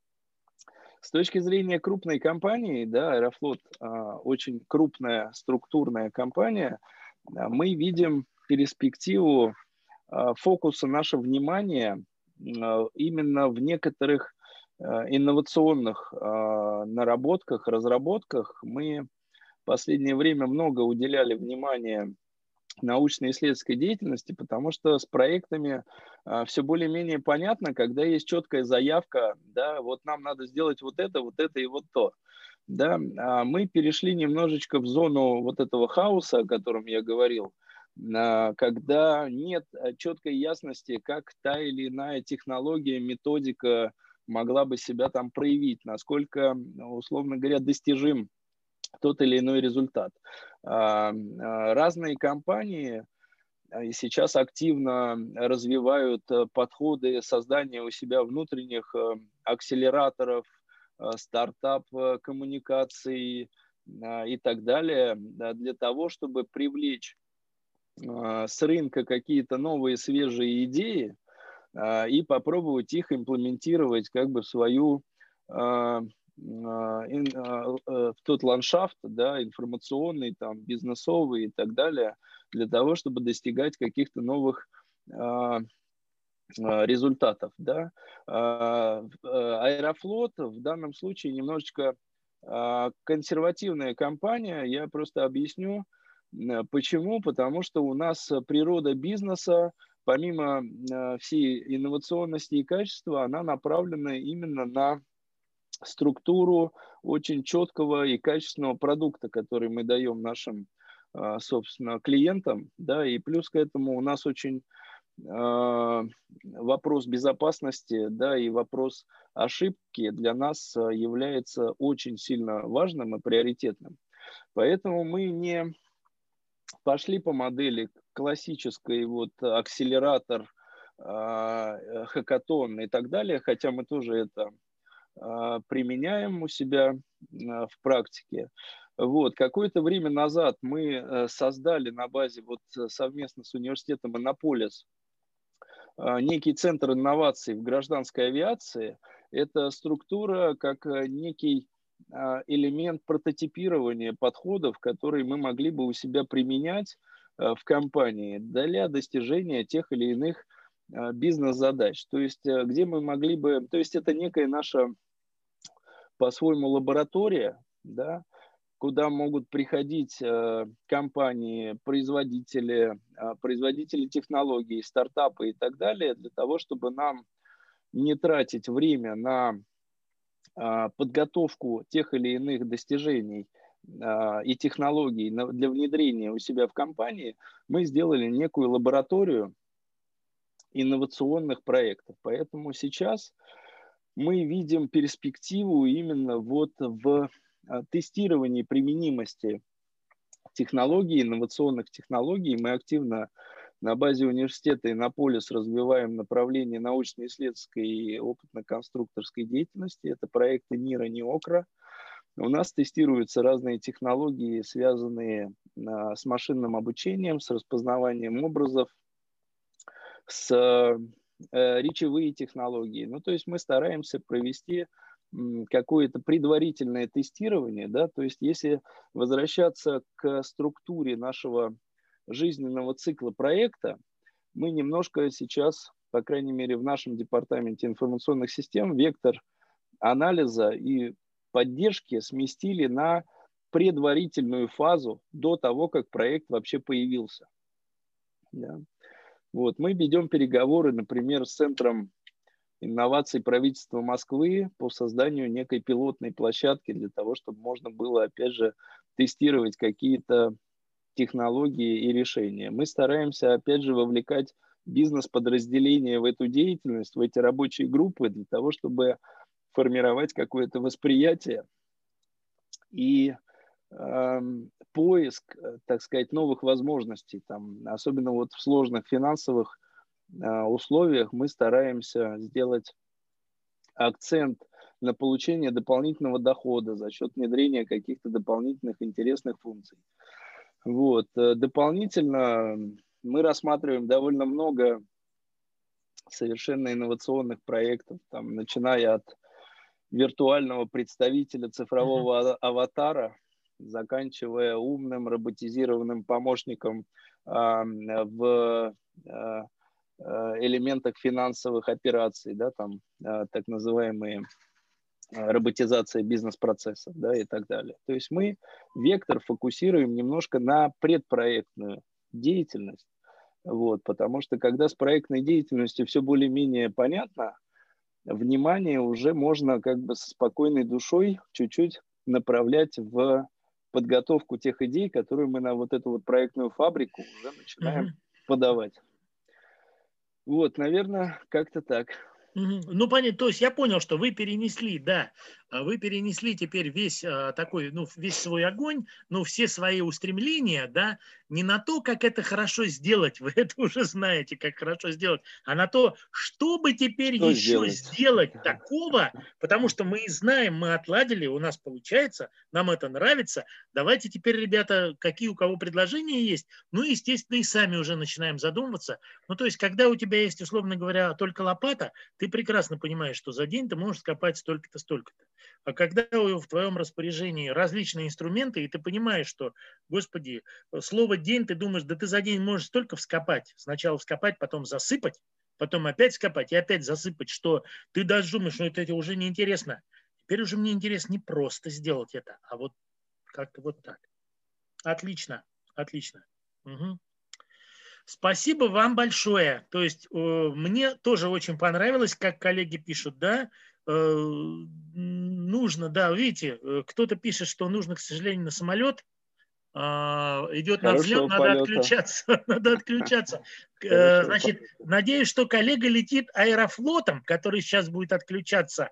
С точки зрения крупной компании, да, Аэрофлот а, очень крупная структурная компания, а, мы видим перспективу а, фокуса нашего внимания а, именно в некоторых а, инновационных а, наработках, разработках. Мы в последнее время много уделяли внимания научно-исследовательской деятельности, потому что с проектами а, все более-менее понятно, когда есть четкая заявка, да, вот нам надо сделать вот это, вот это и вот то. Да, а мы перешли немножечко в зону вот этого хаоса, о котором я говорил, когда нет четкой ясности, как та или иная технология, методика могла бы себя там проявить, насколько, условно говоря, достижим тот или иной результат. Разные компании сейчас активно развивают подходы создания у себя внутренних акселераторов, стартап-коммуникаций и так далее, для того, чтобы привлечь с рынка какие-то новые свежие идеи и попробовать их имплементировать как бы в свою в тот ландшафт, да, информационный, там, бизнесовый и так далее, для того, чтобы достигать каких-то новых результатов, да. Аэрофлот в данном случае немножечко консервативная компания. Я просто объясню, почему. Потому что у нас природа бизнеса, помимо всей инновационности и качества, она направлена именно на структуру очень четкого и качественного продукта, который мы даем нашим, собственно, клиентам, да, и плюс к этому у нас очень вопрос безопасности, да, и вопрос ошибки для нас является очень сильно важным и приоритетным. Поэтому мы не пошли по модели классической, вот, акселератор, хакатон и так далее, хотя мы тоже это применяем у себя в практике. Вот. Какое-то время назад мы создали на базе вот совместно с университетом Иннополис некий центр инноваций в гражданской авиации. Это структура как некий элемент прототипирования подходов, которые мы могли бы у себя применять в компании для достижения тех или иных бизнес-задач. То есть, где мы могли бы... То есть, это некая наша, по-своему, лаборатория, да, куда могут приходить э, компании, производители, э, производители технологий, стартапы и так далее, для того, чтобы нам не тратить время на э, подготовку тех или иных достижений э, и технологий на, для внедрения у себя в компании, мы сделали некую лабораторию инновационных проектов. Поэтому сейчас мы видим перспективу именно вот в тестировании применимости технологий, инновационных технологий. Мы активно на базе университета Иннополис развиваем направление научно-исследовательской и опытно-конструкторской деятельности. Это проекты НИРА, НИОКРА. У нас тестируются разные технологии, связанные с машинным обучением, с распознаванием образов, с речевые технологии. Ну, то есть мы стараемся провести какое-то предварительное тестирование, да, то есть если возвращаться к структуре нашего жизненного цикла проекта, мы немножко сейчас, по крайней мере, в нашем департаменте информационных систем, вектор анализа и поддержки сместили на предварительную фазу до того, как проект вообще появился. Да. Вот, мы ведем переговоры, например, с Центром инноваций правительства Москвы по созданию некой пилотной площадки для того, чтобы можно было, опять же, тестировать какие-то технологии и решения. Мы стараемся, опять же, вовлекать бизнес-подразделения в эту деятельность, в эти рабочие группы, для того, чтобы формировать какое-то восприятие и э, поиск, так сказать, новых возможностей. Там, особенно вот в сложных финансовых условиях мы стараемся сделать акцент на получение дополнительного дохода за счет внедрения каких-то дополнительных интересных функций. Вот. Дополнительно мы рассматриваем довольно много совершенно инновационных проектов, там, начиная от виртуального представителя цифрового аватара, заканчивая умным роботизированным помощником а, в а, элементах финансовых операций, да, там так называемые роботизация бизнес-процессов, да, и так далее. То есть мы вектор фокусируем немножко на предпроектную деятельность, вот, потому что когда с проектной деятельностью все более-менее понятно, внимание уже можно как бы со спокойной душой чуть-чуть направлять в подготовку тех идей, которые мы на вот эту вот проектную фабрику уже начинаем Мгм. подавать. Вот, наверное, как-то так. Мгм. Ну, понятно. То есть я понял, что вы перенесли, да, а, вы перенесли теперь весь а, такой, ну, весь свой огонь, ну, все свои устремления, да, не на то, как это хорошо сделать, вы это уже знаете, как хорошо сделать, а на то, чтобы теперь Что еще сделать? сделать Да. такого, потому что мы и знаем, мы отладили, у нас получается, нам это нравится. Давайте теперь, ребята, какие у кого предложения есть, ну, естественно, и сами уже начинаем задумываться. Ну, то есть, когда у тебя есть, условно говоря, только лопата, ты прекрасно понимаешь, что за день ты можешь скопать столько-то, столько-то. А когда в твоем распоряжении различные инструменты, и ты понимаешь, что, господи, слово «день», ты думаешь, да ты за день можешь столько вскопать. Сначала вскопать, потом засыпать, потом опять скопать и опять засыпать, что ты даже думаешь, что это, это уже неинтересно. Теперь уже мне интересно не просто сделать это, а вот как-то вот так. Отлично, отлично. Угу. Спасибо вам большое. То есть э, мне тоже очень понравилось, как коллеги пишут, да, э, нужно, да, видите, э, кто-то пишет, что нужно, к сожалению, на самолет, а, идет на взлет, Хорошего надо полета. отключаться, надо отключаться. Э, Хорошего Значит, полета. надеюсь, что коллега летит аэрофлотом, который сейчас будет отключаться.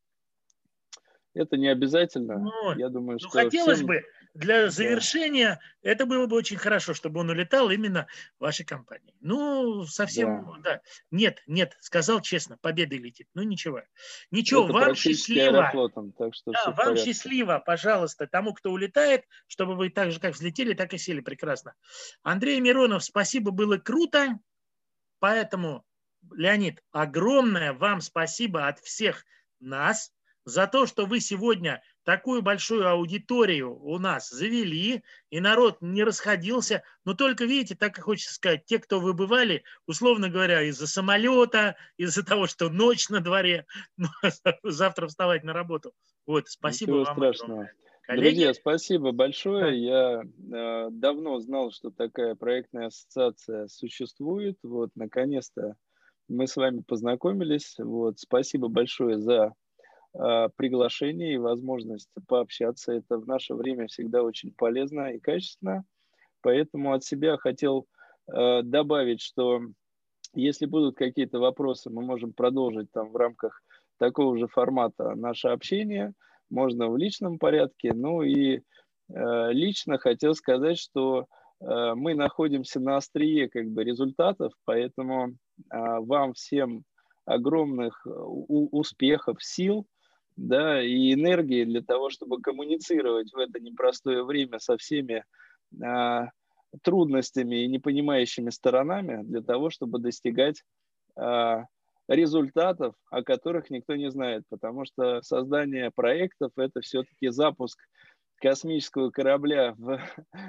Это не обязательно. Ну, Я думаю, ну, что хотелось всем, бы для да, завершения, это было бы очень хорошо, чтобы он улетал именно в вашей компании. Ну, да. совсем, да. Нет, нет, сказал честно, победой летит. Ну, ничего. Ничего, Это вам практически счастливо. аэрофлотом, так что Да, все в вам порядке. счастливо, пожалуйста, тому, кто улетает, чтобы вы так же, как взлетели, так и сели прекрасно. Андрей Миронов, спасибо, было круто. Поэтому, Леонид, огромное вам спасибо от всех нас за то, что вы сегодня такую большую аудиторию у нас завели, и народ не расходился. Но только, видите, так и хочется сказать, те, кто выбывали, условно говоря, из-за самолета, из-за того, что ночь на дворе, ну, завтра вставать на работу. Вот, спасибо Ничего вам страшного. огромное. Коллеги, Друзья, спасибо да. большое. Я э, давно знал, что такая проектная ассоциация существует. Вот, наконец-то мы с вами познакомились. Вот, спасибо большое за э, приглашение и возможность пообщаться. Это в наше время всегда очень полезно и качественно. Поэтому от себя хотел э, добавить, что если будут какие-то вопросы, мы можем продолжить там в рамках такого же формата наше общение. Можно в личном порядке. Ну и э, лично хотел сказать, что э, мы находимся на острие как бы результатов, поэтому э, вам всем огромных у- успехов, сил, да, и энергии для того, чтобы коммуницировать в это непростое время со всеми э, трудностями и непонимающими сторонами для того, чтобы достигать а, результатов, о которых никто не знает, потому что создание проектов – это все-таки запуск космического корабля в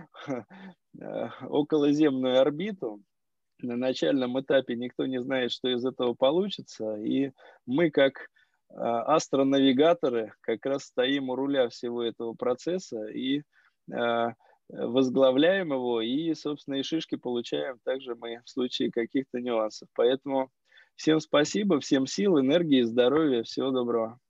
э, околоземную орбиту. На начальном этапе никто не знает, что из этого получится, и мы, как а, астронавигаторы, как раз стоим у руля всего этого процесса и а, возглавляем его, и, собственно, и шишки получаем также мы в случае каких-то нюансов. Поэтому всем спасибо, всем сил, энергии, здоровья, всего доброго.